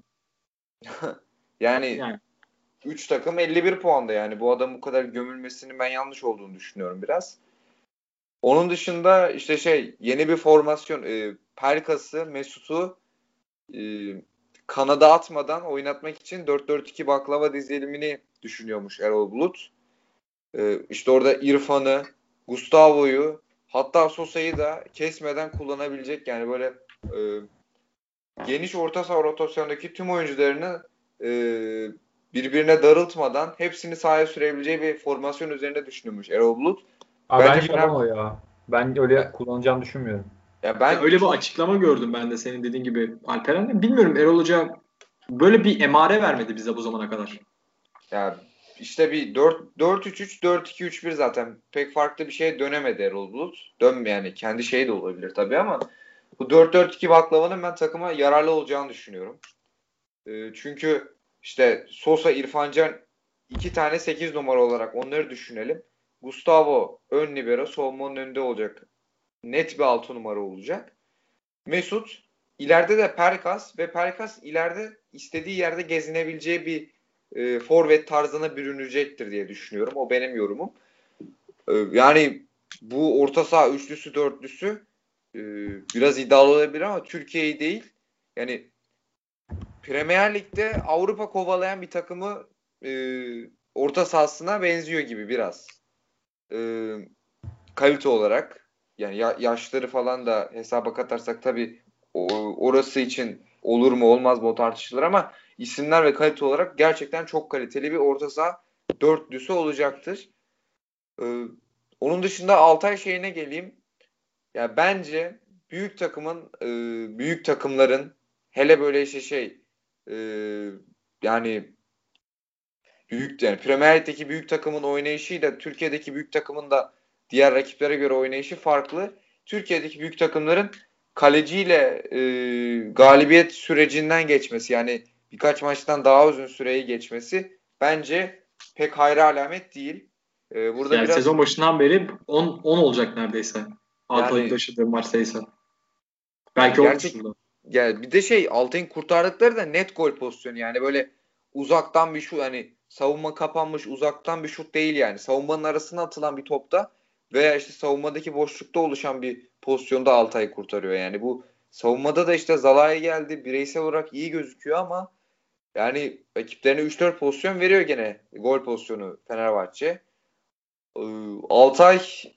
yani Yani üç takım elli bir puanda yani bu adam bu kadar gömülmesinin ben yanlış olduğunu düşünüyorum biraz. Onun dışında işte şey yeni bir formasyon e, Pelkas'ı, Mesut'u e, kanada atmadan oynatmak için dört dört iki baklava dizilimini düşünüyormuş Erol Bulut. E, işte orada İrfan'ı, Gustavo'yu hatta Sosa'yı da kesmeden kullanabilecek yani böyle e, geniş orta saha rotasyondaki tüm oyuncularını e, birbirine darıltmadan hepsini sahaya sürebileceği bir formasyon üzerinde düşünülmüş Erol Bulut. Abi Bence bence Fener yalan o ya. Ben öyle kullanacağını düşünmüyorum. ya ya ben öyle bir çok açıklama gördüm ben de senin dediğin gibi Alperen'den. Bilmiyorum Erol Hoca böyle bir emare vermedi bize bu zamana kadar. ya işte bir dört dört üç üç dört iki üç bir zaten pek farklı bir şeye dönemedi Erol Bulut. Dönme yani kendi şeyi de olabilir tabii ama bu dört dört iki baklavanın ben takıma yararlı olacağını düşünüyorum. E, çünkü işte Sosa, İrfan Can iki tane sekiz numara olarak onları düşünelim. Gustavo ön libero savunmanın önünde olacak. Net bir altı numara olacak. Mesut ileride de Pelkas ve Pelkas ileride istediği yerde gezinebileceği bir e, forvet tarzına bürünecektir diye düşünüyorum. O benim yorumum. E, yani bu orta saha üçlüsü dörtlüsü e, biraz iddialı olabilir ama Türkiye'yi değil. Yani Premier Lig'de Avrupa kovalayan bir takımı e, orta sahasına benziyor gibi biraz. E, kalite olarak yani ya, yaşları falan da hesaba katarsak tabii o, orası için olur mu olmaz mı o tartışılır ama isimler ve kalite olarak gerçekten çok kaliteli bir orta saha dörtlüsü olacaktır. Ee, onun dışında Altay şeyine geleyim. Ya bence büyük takımın e, büyük takımların hele böyle işte şey e, yani büyük yani Premier Lig'deki büyük takımın oynayışıyla Türkiye'deki büyük takımın da diğer rakiplere göre oynayışı farklı. Türkiye'deki büyük takımların kaleciyle e, galibiyet sürecinden geçmesi yani birkaç maçtan daha uzun süreyi geçmesi bence pek hayra alamet değil. E, burada Yani biraz sezon başından beri on on olacak neredeyse. Altay'ın yani taşıdığı maç sayısı. yani Belki gerçek olmuştur da. yani bir de şey Altay'ın kurtardıkları da net gol pozisyonu yani böyle uzaktan bir şut hani savunma kapanmış uzaktan bir şut değil yani savunmanın arasına atılan bir topta veya işte savunmadaki boşlukta oluşan bir pozisyonda Altay kurtarıyor yani bu savunmada da işte Zalai geldi bireysel olarak iyi gözüküyor ama yani rakiplerine üç dört pozisyon veriyor gene gol pozisyonu Fenerbahçe. Ee, Altay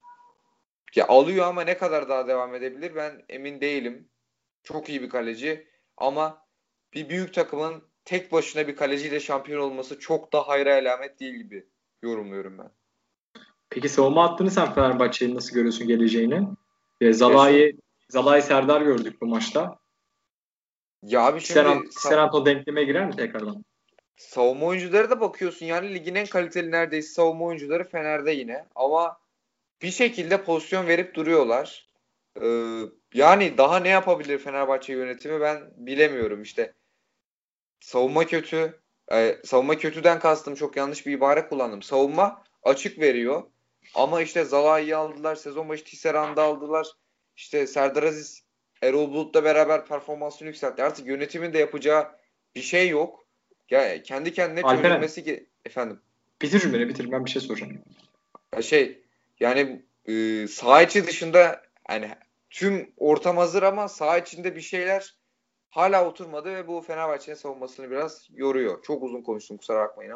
ya alıyor ama ne kadar daha devam edebilir ben emin değilim. Çok iyi bir kaleci ama bir büyük takımın tek başına bir kaleciyle şampiyon olması çok da hayra alamet değil gibi yorumluyorum ben. Peki savunma hattını sen Fenerbahçe'nin nasıl görüyorsun geleceğini? E, Ya, şu, Zalai, Zalai Serdar gördük bu maçta. ya abi şimdi Tisserand, sa- Tisserand o denkleme girer mi tekrardan? savunma oyuncuları da bakıyorsun yani ligin en kaliteli neredeyse savunma oyuncuları Fener'de yine ama bir şekilde pozisyon verip duruyorlar. Ee, yani daha ne yapabilir Fenerbahçe yönetimi ben bilemiyorum işte. Savunma kötü. Ee, savunma kötüden kastım çok yanlış bir ibare kullandım. Savunma açık veriyor. Ama işte Zalai'yi aldılar. Sezon başı Tisserand'ı aldılar. İşte Serdar Aziz Erol Bulut'la beraber performansını yükseltti. Artık yönetimin de yapacağı bir şey yok. Ya kendi kendine Alperen, çözülmesi ki efendim. bitir cümleni bitir. Ben bir şey soracağım. Ya şey yani e, saha içi dışında yani tüm ortam hazır ama saha içinde bir şeyler hala oturmadı ve bu Fenerbahçe'nin savunmasını biraz yoruyor. Çok uzun konuştum kusura bakmayın ama.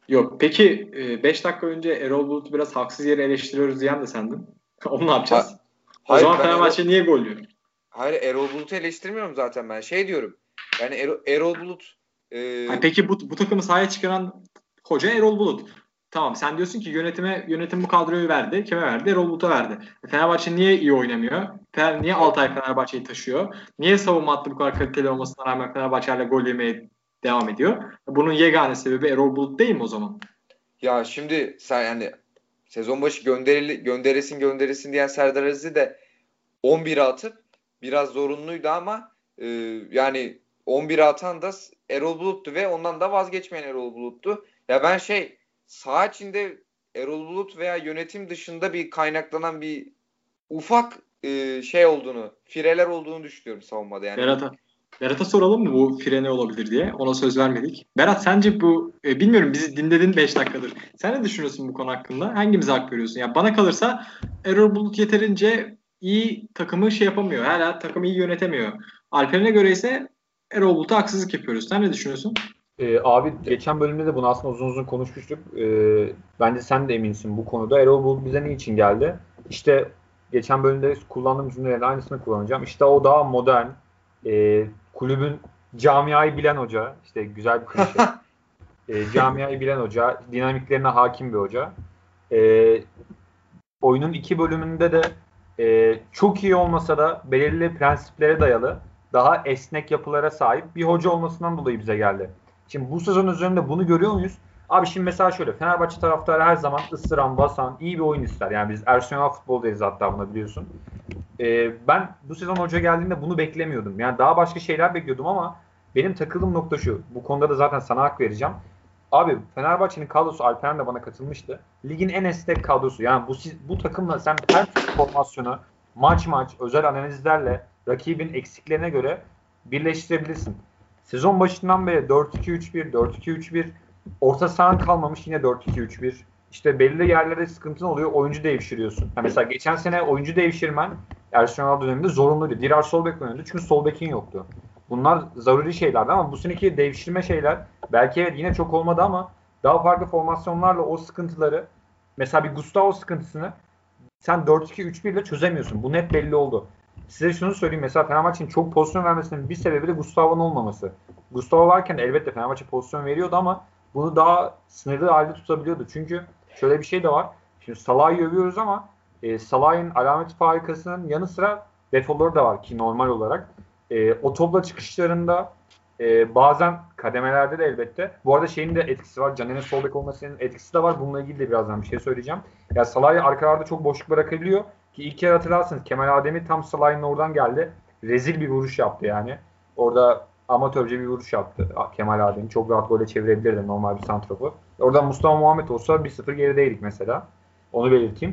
Yok. Peki beş dakika önce Erol Bulut'u biraz haksız yere eleştiriyoruz diyen de sendin. Onu ne yapacağız? Ha, o hayır, zaman ben Fenerbahçe Erol- niye gol yiyor? Hayır, Erol Bulut'u eleştirmiyorum zaten ben. Şey diyorum. Yani Erol, Erol Bulut e, Ha, peki bu, bu takımı sahaya çıkaran hoca Erol Bulut. Tamam, sen diyorsun ki yönetime yönetim bu kadroyu verdi. Kime verdi? Erol Bulut'a verdi. E, Fenerbahçe niye iyi oynamıyor? Fener, niye evet. Altay Fenerbahçe'yi taşıyor? Niye savunma hattı bu kadar kaliteli olmasına rağmen Fenerbahçe hala gol yemeye devam ediyor? Bunun yegane sebebi Erol Bulut değil mi o zaman? Ya şimdi sen yani sezon başı gönderili, gönderesin gönderesin diyen Serdar Aziz'i de on bire atıp biraz zorunluydu ama e, yani on bire atan da Erol Bulut'tu ve ondan da vazgeçmeyen Erol Bulut'tu. Ya ben şey saha içinde Erol Bulut veya yönetim dışında bir kaynaklanan bir ufak e, şey olduğunu, fireler olduğunu düşünüyorum savunmada. Yani bir, Berat'a Berat'a soralım mı bu frene olabilir diye? Ona söz vermedik. Berat, sence bu e, bilmiyorum, bizi dinledin beş dakikadır. Sen ne düşünüyorsun bu konu hakkında? Hangimize hak veriyorsun? Ya bana kalırsa Erol Bulut yeterince iyi takımı şey yapamıyor. Hala takımı iyi yönetemiyor. Alper'ine göre ise Erol Bulut'a haksızlık yapıyoruz. Sen ne düşünüyorsun? Ee, abi geçen bölümde de bunu aslında uzun uzun konuşmuştuk. Ee, bence sen de eminsin bu konuda. Erol Bulut bize niçin geldi? İşte geçen bölümde kullandığım cümlelerin aynısını kullanacağım. İşte o daha modern, e, kulübün camiayı bilen hoca. İşte güzel bir klişe. E, camiayı bilen hoca, dinamiklerine hakim bir hoca. E, oyunun iki bölümünde de e, çok iyi olmasa da belirli prensiplere dayalı daha esnek yapılara sahip bir hoca olmasından dolayı bize geldi. Şimdi bu sezon üzerinde bunu görüyor muyuz? Abi şimdi mesela şöyle, Fenerbahçe taraftarı her zaman ısıran, basan, iyi bir oyun ister. Yani biz Ersun futbol deriz hatta buna, biliyorsun. Ee, ben bu sezon hoca geldiğinde bunu beklemiyordum. Yani daha başka şeyler bekliyordum ama benim takıldığım nokta şu. Bu konuda da zaten sana hak vereceğim. Abi Fenerbahçe'nin kadrosu, Alperen de bana katılmıştı. Ligin en esnek kadrosu. Yani bu bu takımla sen her türlü formasyonu maç maç özel analizlerle rakibin eksiklerine göre birleştirebilirsin. Sezon başından beri dört iki üç bir, dört iki üç bir, orta sahan kalmamış yine dört iki üç bir. İşte belli yerlerde sıkıntın oluyor, oyuncu devşiriyorsun. Yani mesela geçen sene oyuncu devşirmen Ersun Yanal döneminde zorunluydu. Dirar sol bek oynadı çünkü sol bekin yoktu. Bunlar zaruri şeylerdi ama bu seneki devşirme şeyler belki evet yine çok olmadı ama daha farklı formasyonlarla o sıkıntıları, mesela bir Gustavo sıkıntısını sen dört iki üç bir ile çözemiyorsun. Bu net belli oldu. Size şunu söyleyeyim. Mesela Fenerbahçe'nin çok pozisyon vermesinin bir sebebi de Gustavo'nun olmaması. Gustavo varken elbette Fenerbahçe pozisyon veriyordu ama bunu daha sınırlı halde tutabiliyordu. Çünkü şöyle bir şey de var. Şimdi Salah'ı övüyoruz ama e, Salah'ın alamet farikasının yanı sıra defoları da var ki normal olarak. E, o topla çıkışlarında e, bazen kademelerde de elbette. Bu arada şeyin de etkisi var. Caner'in sol bek olmasının etkisi de var. Bununla ilgili de birazdan bir şey söyleyeceğim. Ya Salah'ı arkalarda çok boşluk bırakabiliyor. Ki ilk kere hatırlarsınız Kemal Ademi tam Salah'ın oradan geldi. Rezil bir vuruş yaptı yani. Orada amatörce bir vuruş yaptı Kemal Ademi. Çok rahat gole çevirebilirdi normal bir santrafor. Oradan Mustafa Muhammed olsa bir sıfır gerideydik mesela. Onu belirteyim.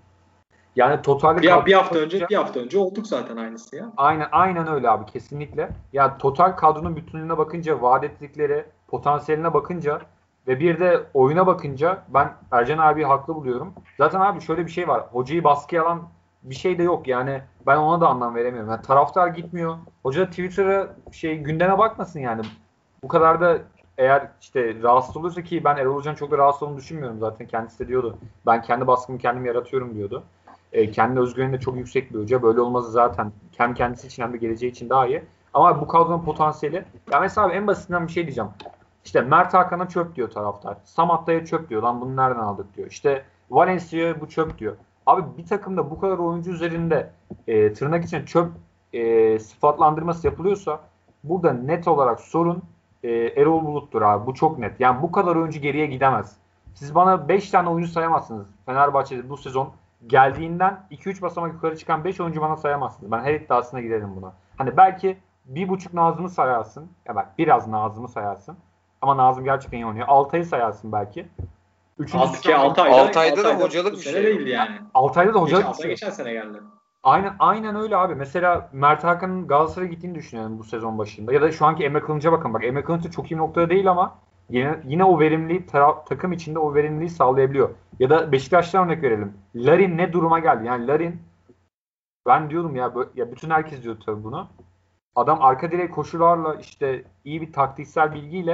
Yani totalde Bir, bir hafta bakınca, önce bir hafta önce olduk zaten aynısı ya. Aynen aynen öyle abi, kesinlikle. Ya total kadronun bütünlüğüne bakınca, vaat ettikleri potansiyeline bakınca ve bir de oyuna bakınca ben Ercan abi haklı buluyorum. Zaten abi şöyle bir şey var. Hocayı baskıya alan bir şey de yok. Yani ben ona da anlam veremiyorum. Yani taraftar gitmiyor. Hoca Twitter'a şey gündeme bakmasın yani. Bu kadar da eğer işte rahatsız olursa, ki ben Erol Hoca'nın çok da rahatsız olduğunu düşünmüyorum zaten. Kendisi de diyordu. Ben kendi baskımı kendim yaratıyorum diyordu. E, kendi özgüveni de çok yüksek bir hoca. Böyle olması zaten hem kendisi için hem de geleceği için daha iyi. Ama bu kadronun potansiyeli. Ya mesela abi en basitinden bir şey diyeceğim. İşte Mert Hakan'a çöp diyor taraftar. Samatta'ya çöp diyor. Lan bunu nereden aldık diyor. İşte Valencia'ya bu çöp diyor. Abi bir takımda bu kadar oyuncu üzerinde e, tırnak için çöp e, sıfatlandırması yapılıyorsa burada net olarak sorun e, Erol Bulut'tur abi. Bu çok net. Yani bu kadar oyuncu geriye gidemez. Siz bana beş tane oyuncu sayamazsınız. Fenerbahçe'de bu sezon geldiğinden iki üç basamak yukarı çıkan beş oyuncu bana sayamazsınız. Ben her iddiasına girerim buna. Hani belki bir buçuk Nazım'ı sayarsın. Ya bak biraz Nazım'ı sayarsın. Ama Nazım gerçekten iyi oynuyor. Altay'ı sayarsın belki. Altı Üçüncüsü ki altı ayda, Altay'da da ayda hocalık bu bir sene şey yok. değildi yani. Altay'da da hocalık Geçen, bir şey yok. geçen sene geldi. Aynen, aynen öyle abi. Mesela Mert Hakan'ın Galatasaray'a gittiğini düşünüyorum bu sezon başında. Ya da şu anki Emre Kılınç'a bakın. Bak Emre Kılınç da çok iyi noktada değil ama yine, yine o verimliliği tara- takım içinde o verimliliği sağlayabiliyor. Ya da Beşiktaş'tan örnek verelim. Larin ne duruma geldi? Yani Larin, ben diyordum ya, ya bütün herkes diyor tabii bunu. Adam arka direğe koşularla işte iyi bir taktiksel bilgiyle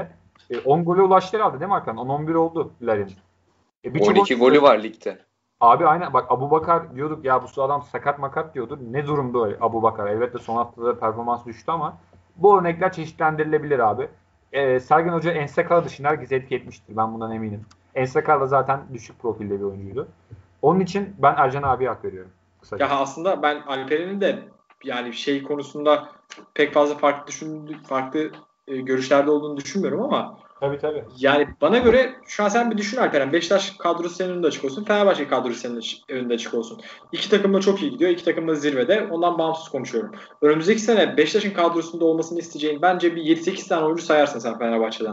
E, on gole ulaştı herhalde değil mi Hakan? on on bir oldu Larin. E, on iki golü var ligde. Abi aynen bak Abubakar diyorduk ya bu adam sakat makat diyordu. Ne durumda o Abubakar? Elbette son haftada performans düştü ama bu örnekler çeşitlendirilebilir abi. Ee, Sergen Hoca Ensakala dışında herkes etki etmiştir. Ben bundan eminim. Ensakala zaten düşük profilde bir oyuncuydu. Onun için ben Ercan abiye hak veriyorum. Kısaca. Ya aslında ben Alperen'in de yani şey konusunda pek fazla farklı düşündüğü, farklı e, görüşlerde olduğunu düşünmüyorum ama Tabii tabii. yani bana göre şu an sen bir düşün Alperen. Beşiktaş kadrosu senin önünde açık olsun. Fenerbahçe kadrosu senin önünde açık olsun. İki takım da çok iyi gidiyor. İki takım da zirvede. Ondan bağımsız konuşuyorum. Önümüzdeki sene Beşiktaş'ın kadrosunda olmasını isteyeceğin bence bir yedi sekiz tane oyuncu sayarsın sen Fenerbahçe'den.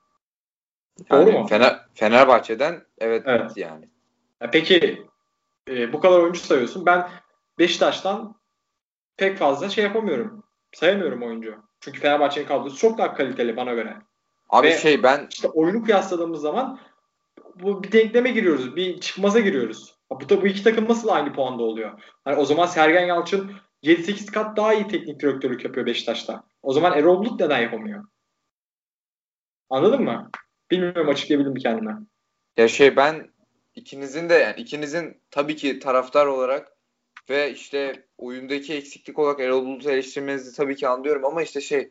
Yani Doğru mu? Fener, Fenerbahçe'den evet, Evet. yani. Ya peki e, bu kadar oyuncu sayıyorsun. Ben Beşiktaş'tan pek fazla şey yapamıyorum. Sayamıyorum oyuncu. Çünkü Fenerbahçe'nin kadrosu çok daha kaliteli bana göre. Abi Ve şey ben işte oyunu kıyasladığımız zaman bu bir denkleme giriyoruz. Bir çıkmaza giriyoruz. Bu da bu iki takım nasıl aynı puanda oluyor? Hani o zaman Sergen Yalçın yedi sekiz kat daha iyi teknik direktörlük yapıyor Beşiktaş'ta. O zaman Erol Bulut neden yapamıyor? Anladın mı? Bilmiyorum açıklayabildim mi kendime? ya şey ben ikinizin de yani ikinizin tabii ki taraftar olarak ve işte oyundaki eksiklik olarak Erol Bulut'u eleştirmenizi tabii ki anlıyorum ama işte şey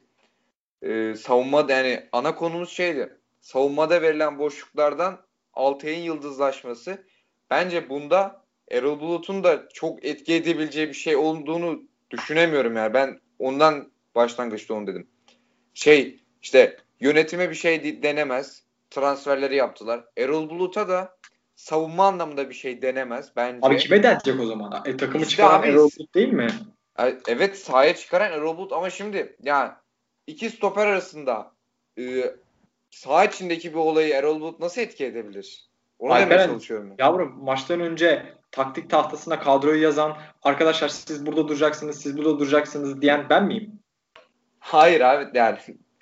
e, savunma yani ana konumuz şeydi. Savunmada verilen boşluklardan Altay'ın yıldızlaşması. Bence bunda Erol Bulut'un da çok etki edebileceği bir şey olduğunu düşünemiyorum yani. Ben ondan başlangıçta onu dedim. Şey işte yönetime bir şey denemez. Transferleri yaptılar. Erol Bulut'a da savunma anlamında bir şey denemez bence. Abi kime denecek o zaman? E, takımı İşte çıkaran abi, Erol Bulut değil mi? Evet sahaya çıkaran Erol Bulut ama şimdi ya iki stoper arasında e, saha içindeki bir olayı Erol Bulut nasıl etki edebilir? Onu demeye Alperen, çalışıyorum. Ben. yavrum maçtan önce taktik tahtasına kadroyu yazan arkadaşlar siz burada duracaksınız, siz burada duracaksınız diyen ben miyim? Hayır abi yani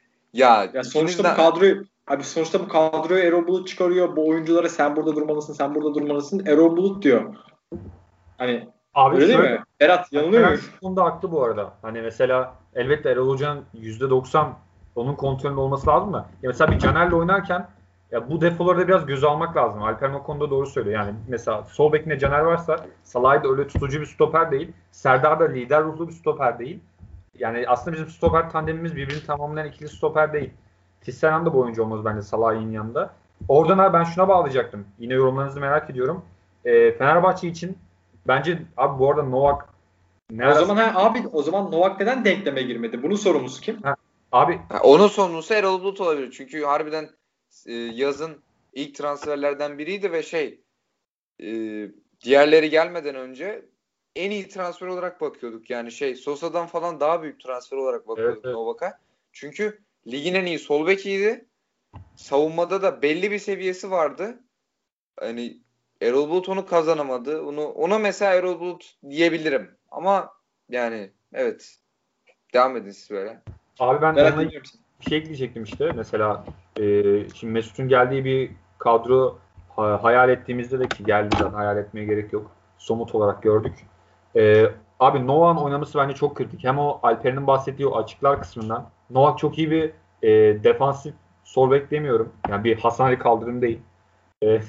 ya, Ya sonuçta bu ikinizden kadroyu abi sonuçta bu kadroyu Erol Bulut çıkarıyor. Bu oyunculara sen burada durmalısın, sen burada durmalısın. Erol Bulut diyor. Hani Abi öyle değil şöyle, mi? Berat yanılıyor muyum? şu konuda haklı bu arada. Hani mesela elbette Erol Hoca'nın yüzde doksan onun kontrolünde olması lazım da. Ya mesela bir Caner'le oynarken ya bu defoları da biraz göze almak lazım. Alperen o konuda doğru söylüyor. Yani mesela sol bekinde Caner varsa Salah'ı da öyle tutucu bir stoper değil. Serdar da lider ruhlu bir stoper değil. Yani aslında bizim stoper tandemimiz birbirini tamamlayan ikili stoper değil. Tisserand da bu oyuncu olmaz bence Salah'ın yanında. Oradan abi ben şuna bağlayacaktım. Yine yorumlarınızı merak ediyorum. E, Fenerbahçe için bence abi bu arada Novak o zaman ha, abi o zaman Novak neden denkleme girmedi? Bunun sorumlusu kim? Ha, abi ha, onun sorumlusu Erol Bulut olabilir. Çünkü harbiden e, yazın ilk transferlerden biriydi ve şey e, diğerleri gelmeden önce en iyi transfer olarak bakıyorduk. Yani şey Sosa'dan falan daha büyük transfer olarak bakıyorduk evet, evet. Novak'a. Çünkü ligin en iyi sol bekiydi. Savunmada da belli bir seviyesi vardı. Hani Erol Bulut onu kazanamadı. Onu, ona mesela Erol Bulut diyebilirim. Ama yani evet. Devam edin siz böyle. Abi ben Merak ona ediyorum seni. bir şey ekleyecektim işte. Mesela e, şimdi Mesut'un geldiği bir kadro ha- hayal ettiğimizde de ki geldi zaten hayal etmeye gerek yok. Somut olarak gördük. E, abi Novak'ın oynaması bence çok kritik. Hem o Alper'in bahsettiği o açıklar kısmından. Novak çok iyi bir e, defansif sol bek demiyorum. Yani bir Hasan Ali Kaldırım değil. E,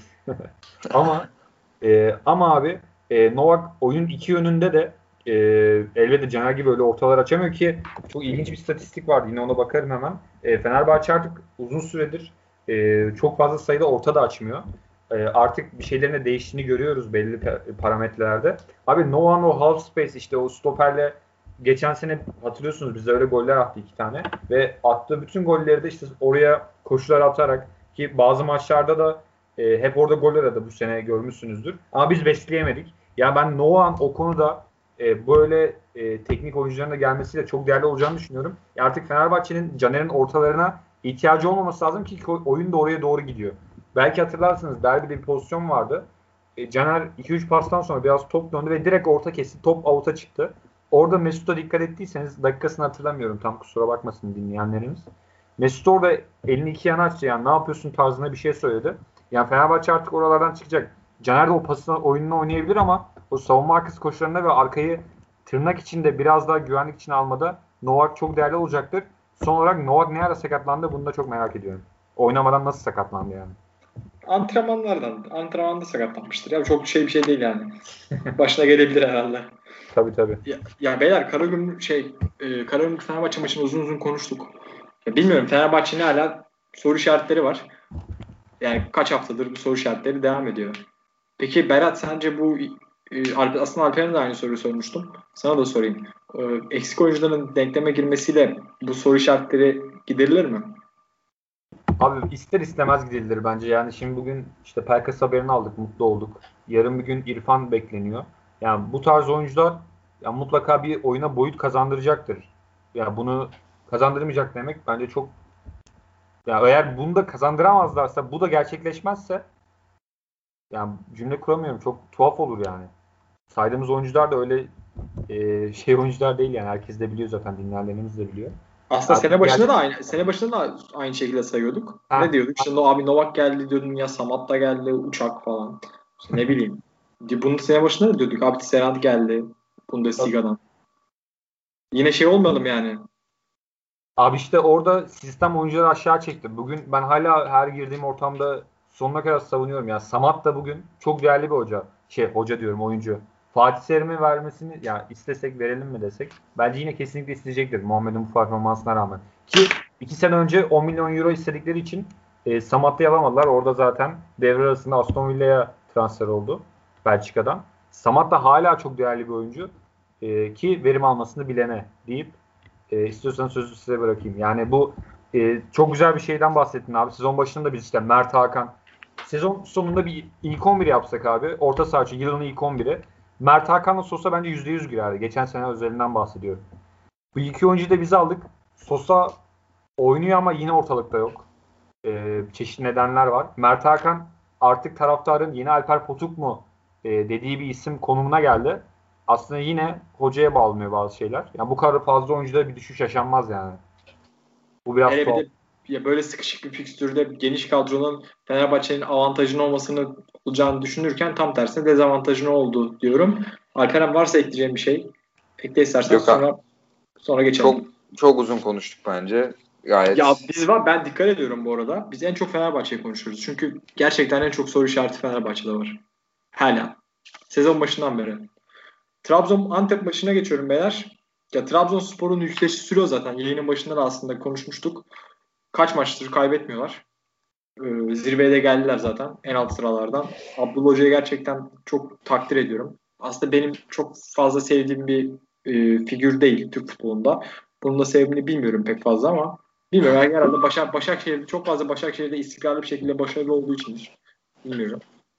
ama e, ama abi e, Novak oyunun iki yönünde de e, elbette Caner gibi öyle ortalar açamıyor ki çok ilginç bir istatistik vardı. Yine ona bakarım hemen. E, Fenerbahçe artık uzun süredir e, çok fazla sayıda orta da açmıyor. E, artık bir şeylerin de değiştiğini görüyoruz belli pa- parametrelerde. Abi Novak'ın o half space işte o stoperle geçen sene hatırlıyorsunuz bize öyle goller attı iki tane ve attığı bütün golleri de işte oraya koşular atarak ki bazı maçlarda da e, hep orada gol aradı bu sene görmüşsünüzdür. Ama biz besleyemedik. Ya ben Noah'ın o konuda e, böyle e, teknik oyuncuların da gelmesiyle çok değerli olacağını düşünüyorum. Ya artık Fenerbahçe'nin Caner'in ortalarına ihtiyacı olmaması lazım ki oyun da oraya doğru gidiyor. Belki hatırlarsınız derbide bir pozisyon vardı. E, Caner iki üç pastan sonra biraz top döndü ve direkt orta kesti. Top avuta çıktı. Orada Mesut'a dikkat ettiyseniz dakikasını hatırlamıyorum tam kusura bakmasın dinleyenlerimiz. Mesut orada elini iki yana açtı yani ne yapıyorsun tarzında bir şey söyledi. Yani Fenerbahçe artık oralardan çıkacak. Caner de o pasını oyununu oynayabilir ama o savunma arkası koşularında ve arkayı tırnak içinde biraz daha güvenlik için almada Novak çok değerli olacaktır. Son olarak Novak ne ara sakatlandı bunu da çok merak ediyorum. oynamadan nasıl sakatlandı yani? Antrenmanlardan. Antrenmanda sakatlanmıştır. Ya çok şey bir şey değil yani. Başına gelebilir herhalde. Tabii tabii. Ya, ya beyler Karagümrük şey e, Karagümrük Fenerbahçe maçını uzun uzun konuştuk. Ya bilmiyorum, Fenerbahçe'nin hala soru işaretleri var. Yani kaç haftadır bu soru işaretleri devam ediyor. Peki Berat, sence bu e, aslında Alper'e de aynı soruyu sormuştum. Sana da sorayım. E, eksik oyuncuların denkleme girmesiyle bu soru işaretleri giderilir mi? Abi ister istemez gidilir bence. Yani şimdi bugün işte Pelkas haberini aldık, mutlu olduk. Yarın bir gün İrfan bekleniyor. Yani bu tarz oyuncular ya mutlaka bir oyuna boyut kazandıracaktır. Ya bunu kazandırmayacak demek bence çok, ya eğer bunu da kazandıramazlarsa, bu da gerçekleşmezse, yani cümle kuramıyorum. Çok tuhaf olur yani. Saydığımız oyuncular da öyle e, şey oyuncular değil yani. Herkes de biliyor zaten, dinleyenlerimiz de biliyor. Aslında Artık sene başında da gerçek... aynı sene başında da aynı şekilde sayıyorduk. Ha, Ne diyorduk? İşte no, abi Novak geldi diyordun ya, Samat da geldi, uçak falan. İşte ne bileyim. Bunu sene başında da diyorduk. Abi Serhat geldi Bundesliga'dan. Yine şey olmayalım yani. Abi işte orada sistem oyuncuları aşağı çekti. Bugün ben hala her girdiğim ortamda sonuna kadar savunuyorum. Ya Samat da bugün çok değerli bir hoca. Şey hoca diyorum, oyuncu. Fatih Terim'e vermesini ya istesek verelim mi desek, bence yine kesinlikle isteyecektir Muhammed'in bu performansına rağmen. Ki iki sene önce on milyon euro istedikleri için e, Samat'ı alamadılar. Orada zaten devre arasında Aston Villa'ya transfer oldu Belçika'dan. Samat da hala çok değerli bir oyuncu. E, ki verim almasını bilene deyip e, istiyorsanız sözü size bırakayım. Yani bu e, çok güzel bir şeyden bahsettin abi. Sezon başında biz işte Mert Hakan, sezon sonunda bir ilk on bir yapsak abi. Orta saha için yılın ilk on biri. Mert Hakan'la Sosa bence yüzde yüz girerdi. Geçen sene özelinden bahsediyorum. Bu iki oyuncuyu da biz aldık. Sosa oynuyor ama yine ortalıkta yok. E, çeşitli nedenler var. Mert Hakan artık taraftarın yeni Alper Potuk mu e, dediği bir isim konumuna geldi. Aslında yine hocaya bağlanıyor bazı şeyler. Yani bu kadar fazla oyuncuda bir düşüş yaşanmaz yani. Bu biraz Hele bir tuhaf. de ya böyle sıkışık bir fikstürde geniş kadronun Fenerbahçe'nin avantajını olmasını olacağını düşünürken tam tersine dezavantajını oldu diyorum. Alperen, varsa ekleyeceğim bir şey. Ekle istersen, Yok abi. sonra sonra geçelim. Çok çok uzun konuştuk bence. Ya Gayet. biz var, ben dikkat ediyorum bu arada. Biz en çok Fenerbahçe'yi konuşuyoruz. Çünkü gerçekten en çok soru işareti Fenerbahçe'de var. Hala. Sezon başından beri. Trabzon Antep maçına geçiyorum beyler. Ya Trabzonspor'un yükselişi sürüyor zaten. Yayının başında da aslında konuşmuştuk. Kaç maçtır kaybetmiyorlar. Ee, zirveye de geldiler zaten en alt sıralardan. Abdullah Hoca'yı gerçekten çok takdir ediyorum. Aslında benim çok fazla sevdiğim bir e, figür değil Türk futbolunda. Bunun da sebebini bilmiyorum pek fazla ama bilmiyorum. Yani herhalde Başak, Başakşehir'de çok fazla Başakşehir'de istikrarlı bir şekilde başarılı olduğu içindir. Bilmiyorum.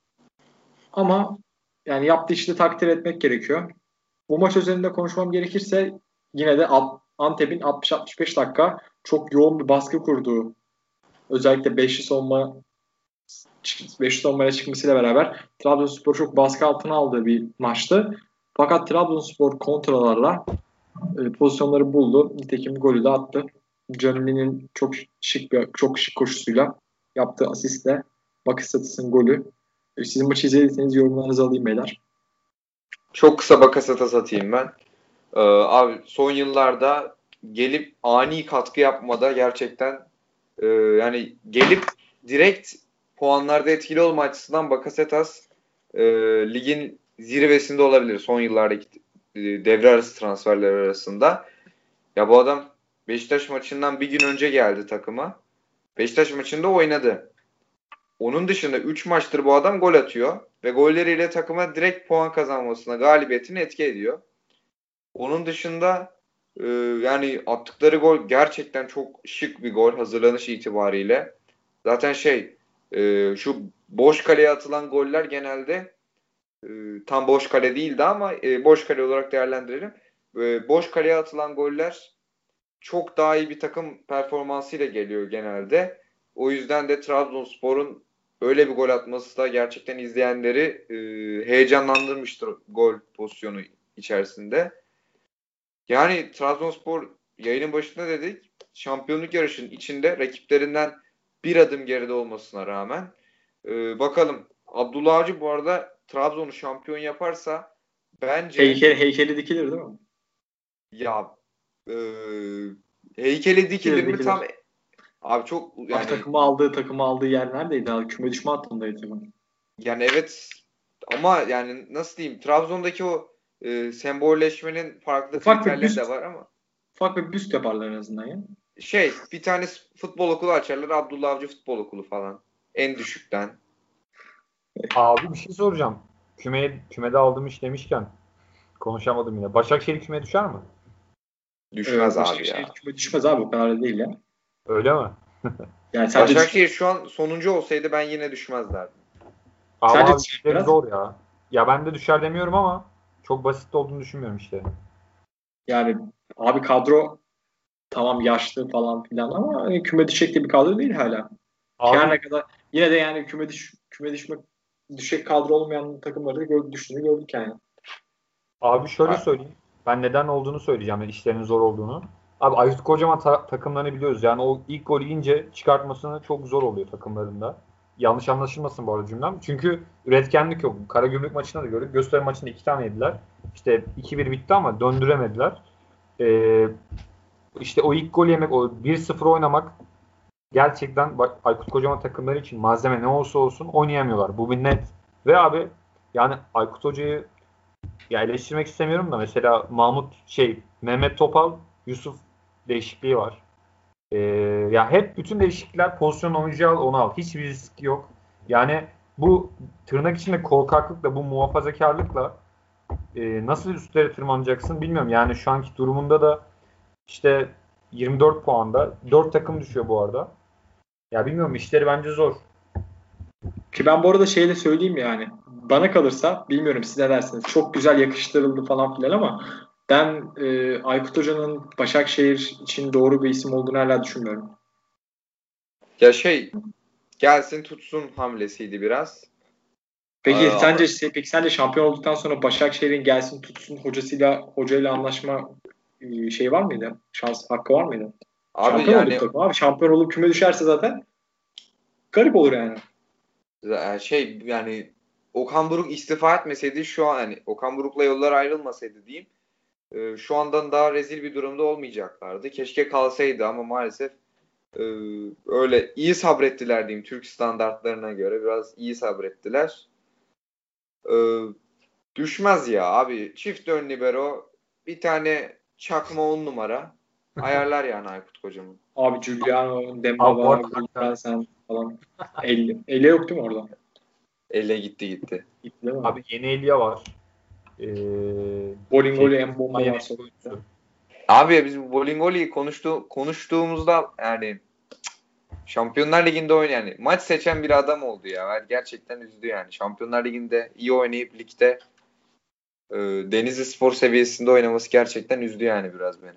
Ama yani yaptığı işi de takdir etmek gerekiyor. Bu maç üzerinde konuşmam gerekirse yine de Antep'in altmış altmış beş dakika çok yoğun bir baskı kurduğu, özellikle beşli savunma beşli savunmaya çıkmasıyla beraber Trabzonspor çok baskı altına aldığı bir maçtı. Fakat Trabzonspor kontralarla e, pozisyonları buldu. Nitekim golü de attı. Canini'nin çok şık bir çok şık koşusuyla yaptığı asistle Bakasetas'ın golü. E, sizin maçı izlediyseniz yorumlarınızı alayım beyler. Çok kısa Bakasetas atayım ben. Ee, abi son yıllarda gelip ani katkı yapmada gerçekten e, yani gelip direkt puanlarda etkili olma açısından Bakasetas e, ligin zirvesinde olabilir son yıllardaki e, devre arası transferler arasında. Ya bu adam Beşiktaş maçından bir gün önce geldi takıma. Beşiktaş maçında oynadı. Onun dışında üç maçtır bu adam gol atıyor ve golleriyle takıma direkt puan kazanmasına, galibiyetini etki ediyor. Onun dışında e, yani attıkları gol gerçekten çok şık bir gol hazırlanış itibariyle. Zaten şey e, şu boş kaleye atılan goller genelde e, tam boş kale değildi ama e, boş kale olarak değerlendirelim. E, boş kaleye atılan goller çok daha iyi bir takım performansıyla geliyor genelde. O yüzden de Trabzonspor'un öyle bir gol atması da gerçekten izleyenleri e, heyecanlandırmıştır gol pozisyonu içerisinde. Yani Trabzonspor yayının başında dedik, şampiyonluk yarışının içinde rakiplerinden bir adım geride olmasına rağmen e, bakalım. Abdullah Avcı bu arada Trabzon'u şampiyon yaparsa bence Heykel, heykeli dikilir değil mi? ya e, heykeli dikilir Dikilir mi dikilir. tam Abi çok Yani, yani takımı aldığı takımı aldığı yer neredeydi abi? Küme düşme hattındaydı takım. yani evet ama yani nasıl diyeyim Trabzon'daki o e, sembolleşmenin farklı Ufak bir kriterleri büst, de var ama ufak bir büst yaparlar en azından ya. şey bir tane futbol okulu açarlar Abdullah Avcı Futbol Okulu falan en düşükten. Abi bir şey soracağım. Kümeye, kümede aldığım iş demişken konuşamadım yine. Başakşehir küme düşer mi? Düşmez Ee, abi Başakşehir ya. küme düşmez abi, o kadar da değil ya. Öyle mi? Yani sence düşer, Başakşehir şu an sonuncu olsaydı ben yine düşmezlerdim. Abi, sence abi düşer işleri biraz. zor ya. Ya ben de düşer demiyorum ama çok basit olduğunu düşünmüyorum işte. Yani abi kadro tamam yaşlı falan filan ama hani küme düşecek de bir kadro değil hala. Ki her Abi ne kadar yine de yani küme düş küme düşmek düşecek kadro olmayan takımları da gör, düştüğünü gördük yani. abi şöyle Ha, söyleyeyim. Ben neden olduğunu söyleyeceğim. Yani işlerinin zor olduğunu. Abi Aykut Kocaman ta- takımlarını biliyoruz. Yani o ilk golü yiyince çıkartmasını çok zor oluyor takımlarında. Yanlış anlaşılmasın bu arada cümlem. Çünkü üretkenlik yok. Karagümrük maçında da gördük. Gösteri maçında iki tane yediler. İşte iki bir bitti ama döndüremediler. Ee, işte o ilk gol yemek, o bir sıfır oynamak gerçekten bak, Aykut Kocaman takımları için malzeme ne olursa olsun oynayamıyorlar. Bu bir net. Ve abi yani Aykut Hoca'yı ya eleştirmek istemiyorum da mesela Mahmut şey Mehmet Topal Yusuf değişikliği var. Ee, ya hep bütün değişiklikler pozisyon oyuncu al onu al. Hiçbir risk yok. Yani bu tırnak içinde korkaklıkla bu muhafazakarlıkla e, nasıl üstlere tırmanacaksın bilmiyorum. Yani şu anki durumunda da işte yirmi dört puanda. dört takım düşüyor bu arada. Ya bilmiyorum işleri bence zor. Ki ben bu arada şey de söyleyeyim yani. Bana kalırsa bilmiyorum siz ne dersiniz. Çok güzel yakıştırıldı falan filan ama ben e, Aykut Hoca'nın Başakşehir için doğru bir isim olduğunu hala düşünmüyorum. ya şey gelsin tutsun hamlesiydi biraz. Ee, Peki ama sence peki sence şampiyon olduktan sonra Başakşehir'in gelsin tutsun hocasıyla hocayla anlaşma e, şey var mıydı? Şans hakkı var mıydı? abi Şampiyon olduk yani takım abi. Şampiyon olup küme düşerse zaten garip olur yani. e, şey yani Okan Buruk istifa etmeseydi şu an hani Okan Buruk'la yollar ayrılmasaydı diyeyim e, şu andan daha rezil bir durumda olmayacaklardı. Keşke kalsaydı ama maalesef e, öyle iyi sabrettiler diyeyim Türk standartlarına göre biraz iyi sabrettiler. E, düşmez ya abi çift ön libero bir tane çakma on numara ayarlar yani Aykut Kocaman. Abi Giuliano, Abi bu Dembaba, arada hakikaten Gulbensen falan. Elle. Elle yok değil mi orada? Elle gitti gitti. Gitti değil mi? abi yeni Elia var. Ee, şey, Bolingoli en bomba var yetenekli sokakta. oyuncusu. Abi biz bu Bolingoli'yi konuştu, konuştuğumuzda yani Şampiyonlar Ligi'nde oynayan yani maç seçen bir adam oldu ya. Gerçekten üzdü yani. Şampiyonlar Ligi'nde iyi oynayıp ligde e, Denizli Spor seviyesinde oynaması gerçekten üzdü yani biraz beni.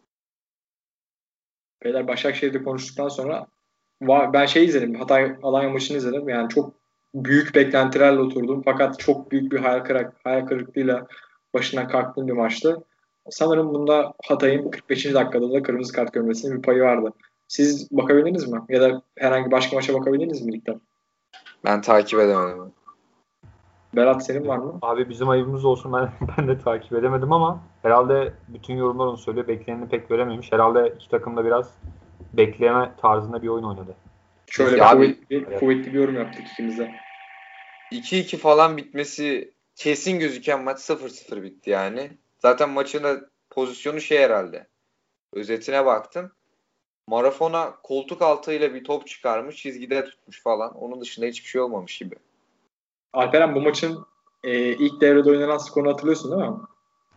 Beyler Başakşehir'de konuştuktan sonra va- ben şey izledim. Hatay Alanya maçını izledim. Yani çok büyük beklentilerle oturdum. Fakat çok büyük bir hayal, kırak, hayal kırıklığıyla başından kalktığım bir maçtı. Sanırım bunda Hatay'ın kırk beşinci dakikada da kırmızı kart görmesinin bir payı vardı. Siz bakabildiniz mi? Ya da herhangi başka maça bakabildiniz mi ligden? Ben takip edemedim. Berat senin var mı? Abi bizim ayıbımız olsun ben ben de takip edemedim ama herhalde bütün yorumlar onu söylüyor. Bekleneni pek verememiş. Herhalde iki takım da biraz bekleme tarzında bir oyun oynadı. Şöyle Ya abi kuvvetli, bir- kuvvetli bir yorum yaptık ikimiz de. iki iki falan bitmesi kesin gözüken maç sıfır sıfır bitti yani. Zaten maçın da pozisyonu şey herhalde. Özetine baktım. Marafona koltuk altıyla bir top çıkarmış, çizgide tutmuş falan. Onun dışında hiçbir şey olmamış gibi. Alperen bu maçın e, ilk devrede oynanan skorunu hatırlıyorsun değil mi?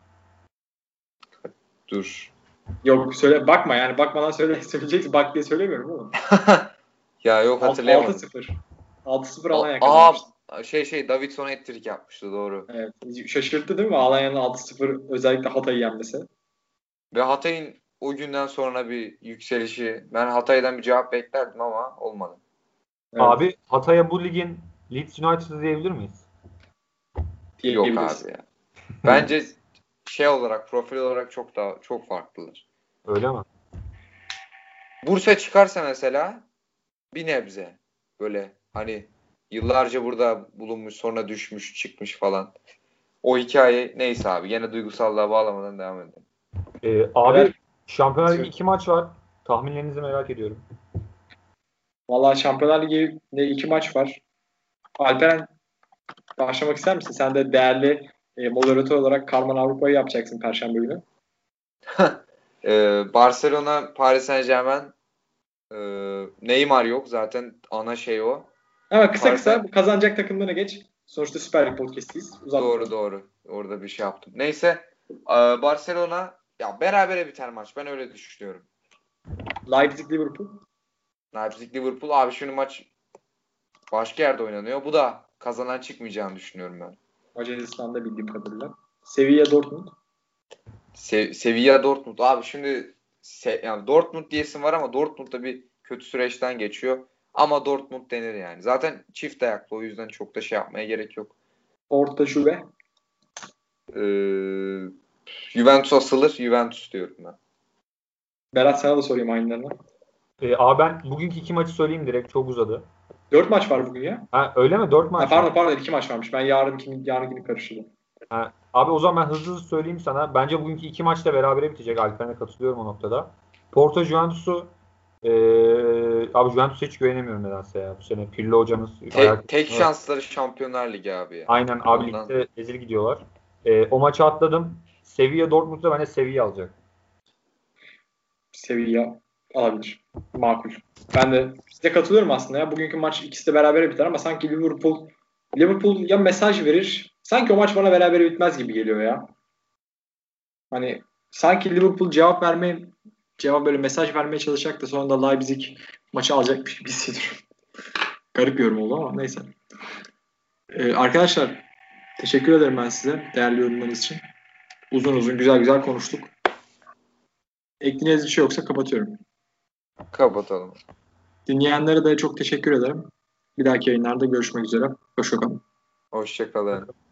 Dur. Yok söyle bakma yani bakmadan söyle söyleyeceksin. Bak diye söylemiyorum ama. Ya yok altı hatırlayamadım. sıfır. altı sıfır A- Alanya kazanmıştı. Aa şey şey Davidson hat-trick yapmıştı doğru. Evet. Şaşırttı değil mi Alanya'nın altı sıfır özellikle Hatay'ı yenmesi? Ve Hatay'ın o günden sonra bir yükselişi. Ben Hatay'dan bir cevap beklerdim ama olmadı. Evet. Abi Hatay'a bu ligin Leeds United diyebilir miyiz? Yok Diyebiliriz. abi ya. Bence şey olarak profil olarak çok daha çok farklılar. Öyle mi? Bursa çıkarsa mesela bir nebze böyle hani yıllarca burada bulunmuş sonra düşmüş çıkmış falan. O hikaye neyse abi. Gene duygusallığa bağlamadan devam edelim. Ee, abi Neler? Şampiyonlar Ligi iki maç var. Tahminlerinizi merak ediyorum. Vallahi Şampiyonlar Ligi'nde iki maç var. Alperen başlamak ister misin? Sen de değerli e, moderatör olarak Karman Avrupa'yı yapacaksın Perşembe günü. Ee, Barcelona, Paris Saint-Germain, e, Neymar yok zaten ana şey o. Ama kısa Paris kısa Saint- bu kazanacak takımlarına geç. Sonuçta Süper Lig podcast'iyiz. Uzatmayalım. Doğru doğru. Orada bir şey yaptım. Neyse. Ee, Barcelona ya berabere biter maç. Ben öyle düşünüyorum. Leipzig Liverpool. Leipzig Liverpool abi şimdi maç başka yerde oynanıyor. Bu da kazanan çıkmayacağını düşünüyorum ben. Macaristan'da bildiğim kadarıyla. Sevilla Dortmund. Se- Sevilla Dortmund. Abi şimdi se- yani Dortmund diyesim var ama Dortmund da bir kötü süreçten geçiyor. Ama Dortmund denir yani. Zaten çift ayaklı o yüzden çok da şey yapmaya gerek yok. Porto Juve. Ee, Juventus asılır. Juventus diyorum ben. Berat sana da sorayım aynılarını. E, abi ben bugünkü iki maçı söyleyeyim direkt. Çok uzadı. Dört maç var bugün ya. Ha, öyle mi? Dört Ha, maç pardon mı? pardon iki maç varmış. Ben yarın yarın karıştırdım. Ha, abi o zaman ben hızlı hızlı söyleyeyim sana. Bence bugünkü iki maç da berabere bitecek. Alper'e katılıyorum o noktada. Porto Juventus'u e, abi Juventus'a hiç güvenemiyorum nedense ya. Bu sene Pirlo hocamız Te- ayak- tek şansları Şampiyonlar Ligi abi ya. Aynen abi Ondan- ligde ezil gidiyorlar. E, o maçı atladım. Sevilla Dortmund'da bence Sevilla alacak. Sevilla alabilir. Makul. Ben de size katılıyorum aslında ya. Bugünkü maç ikisi de berabere biter ama sanki Liverpool Liverpool ya mesaj verir. Sanki o maç bana berabere bitmez gibi geliyor ya. Hani sanki Liverpool cevap vermeye cevap böyle mesaj vermeye çalışacak da sonra da Leipzig maçı alacakmış gibi hissediyorum. Garip yorum oldu ama neyse. Ee, arkadaşlar teşekkür ederim ben size değerli yorumlarınız için. Uzun uzun güzel güzel konuştuk. Ekleyeceğiniz bir şey yoksa kapatıyorum. Kapatalım. Dinleyenlere de çok teşekkür ederim. Bir dahaki yayınlarda görüşmek üzere. Hoşça kalın. Hoşçakalın.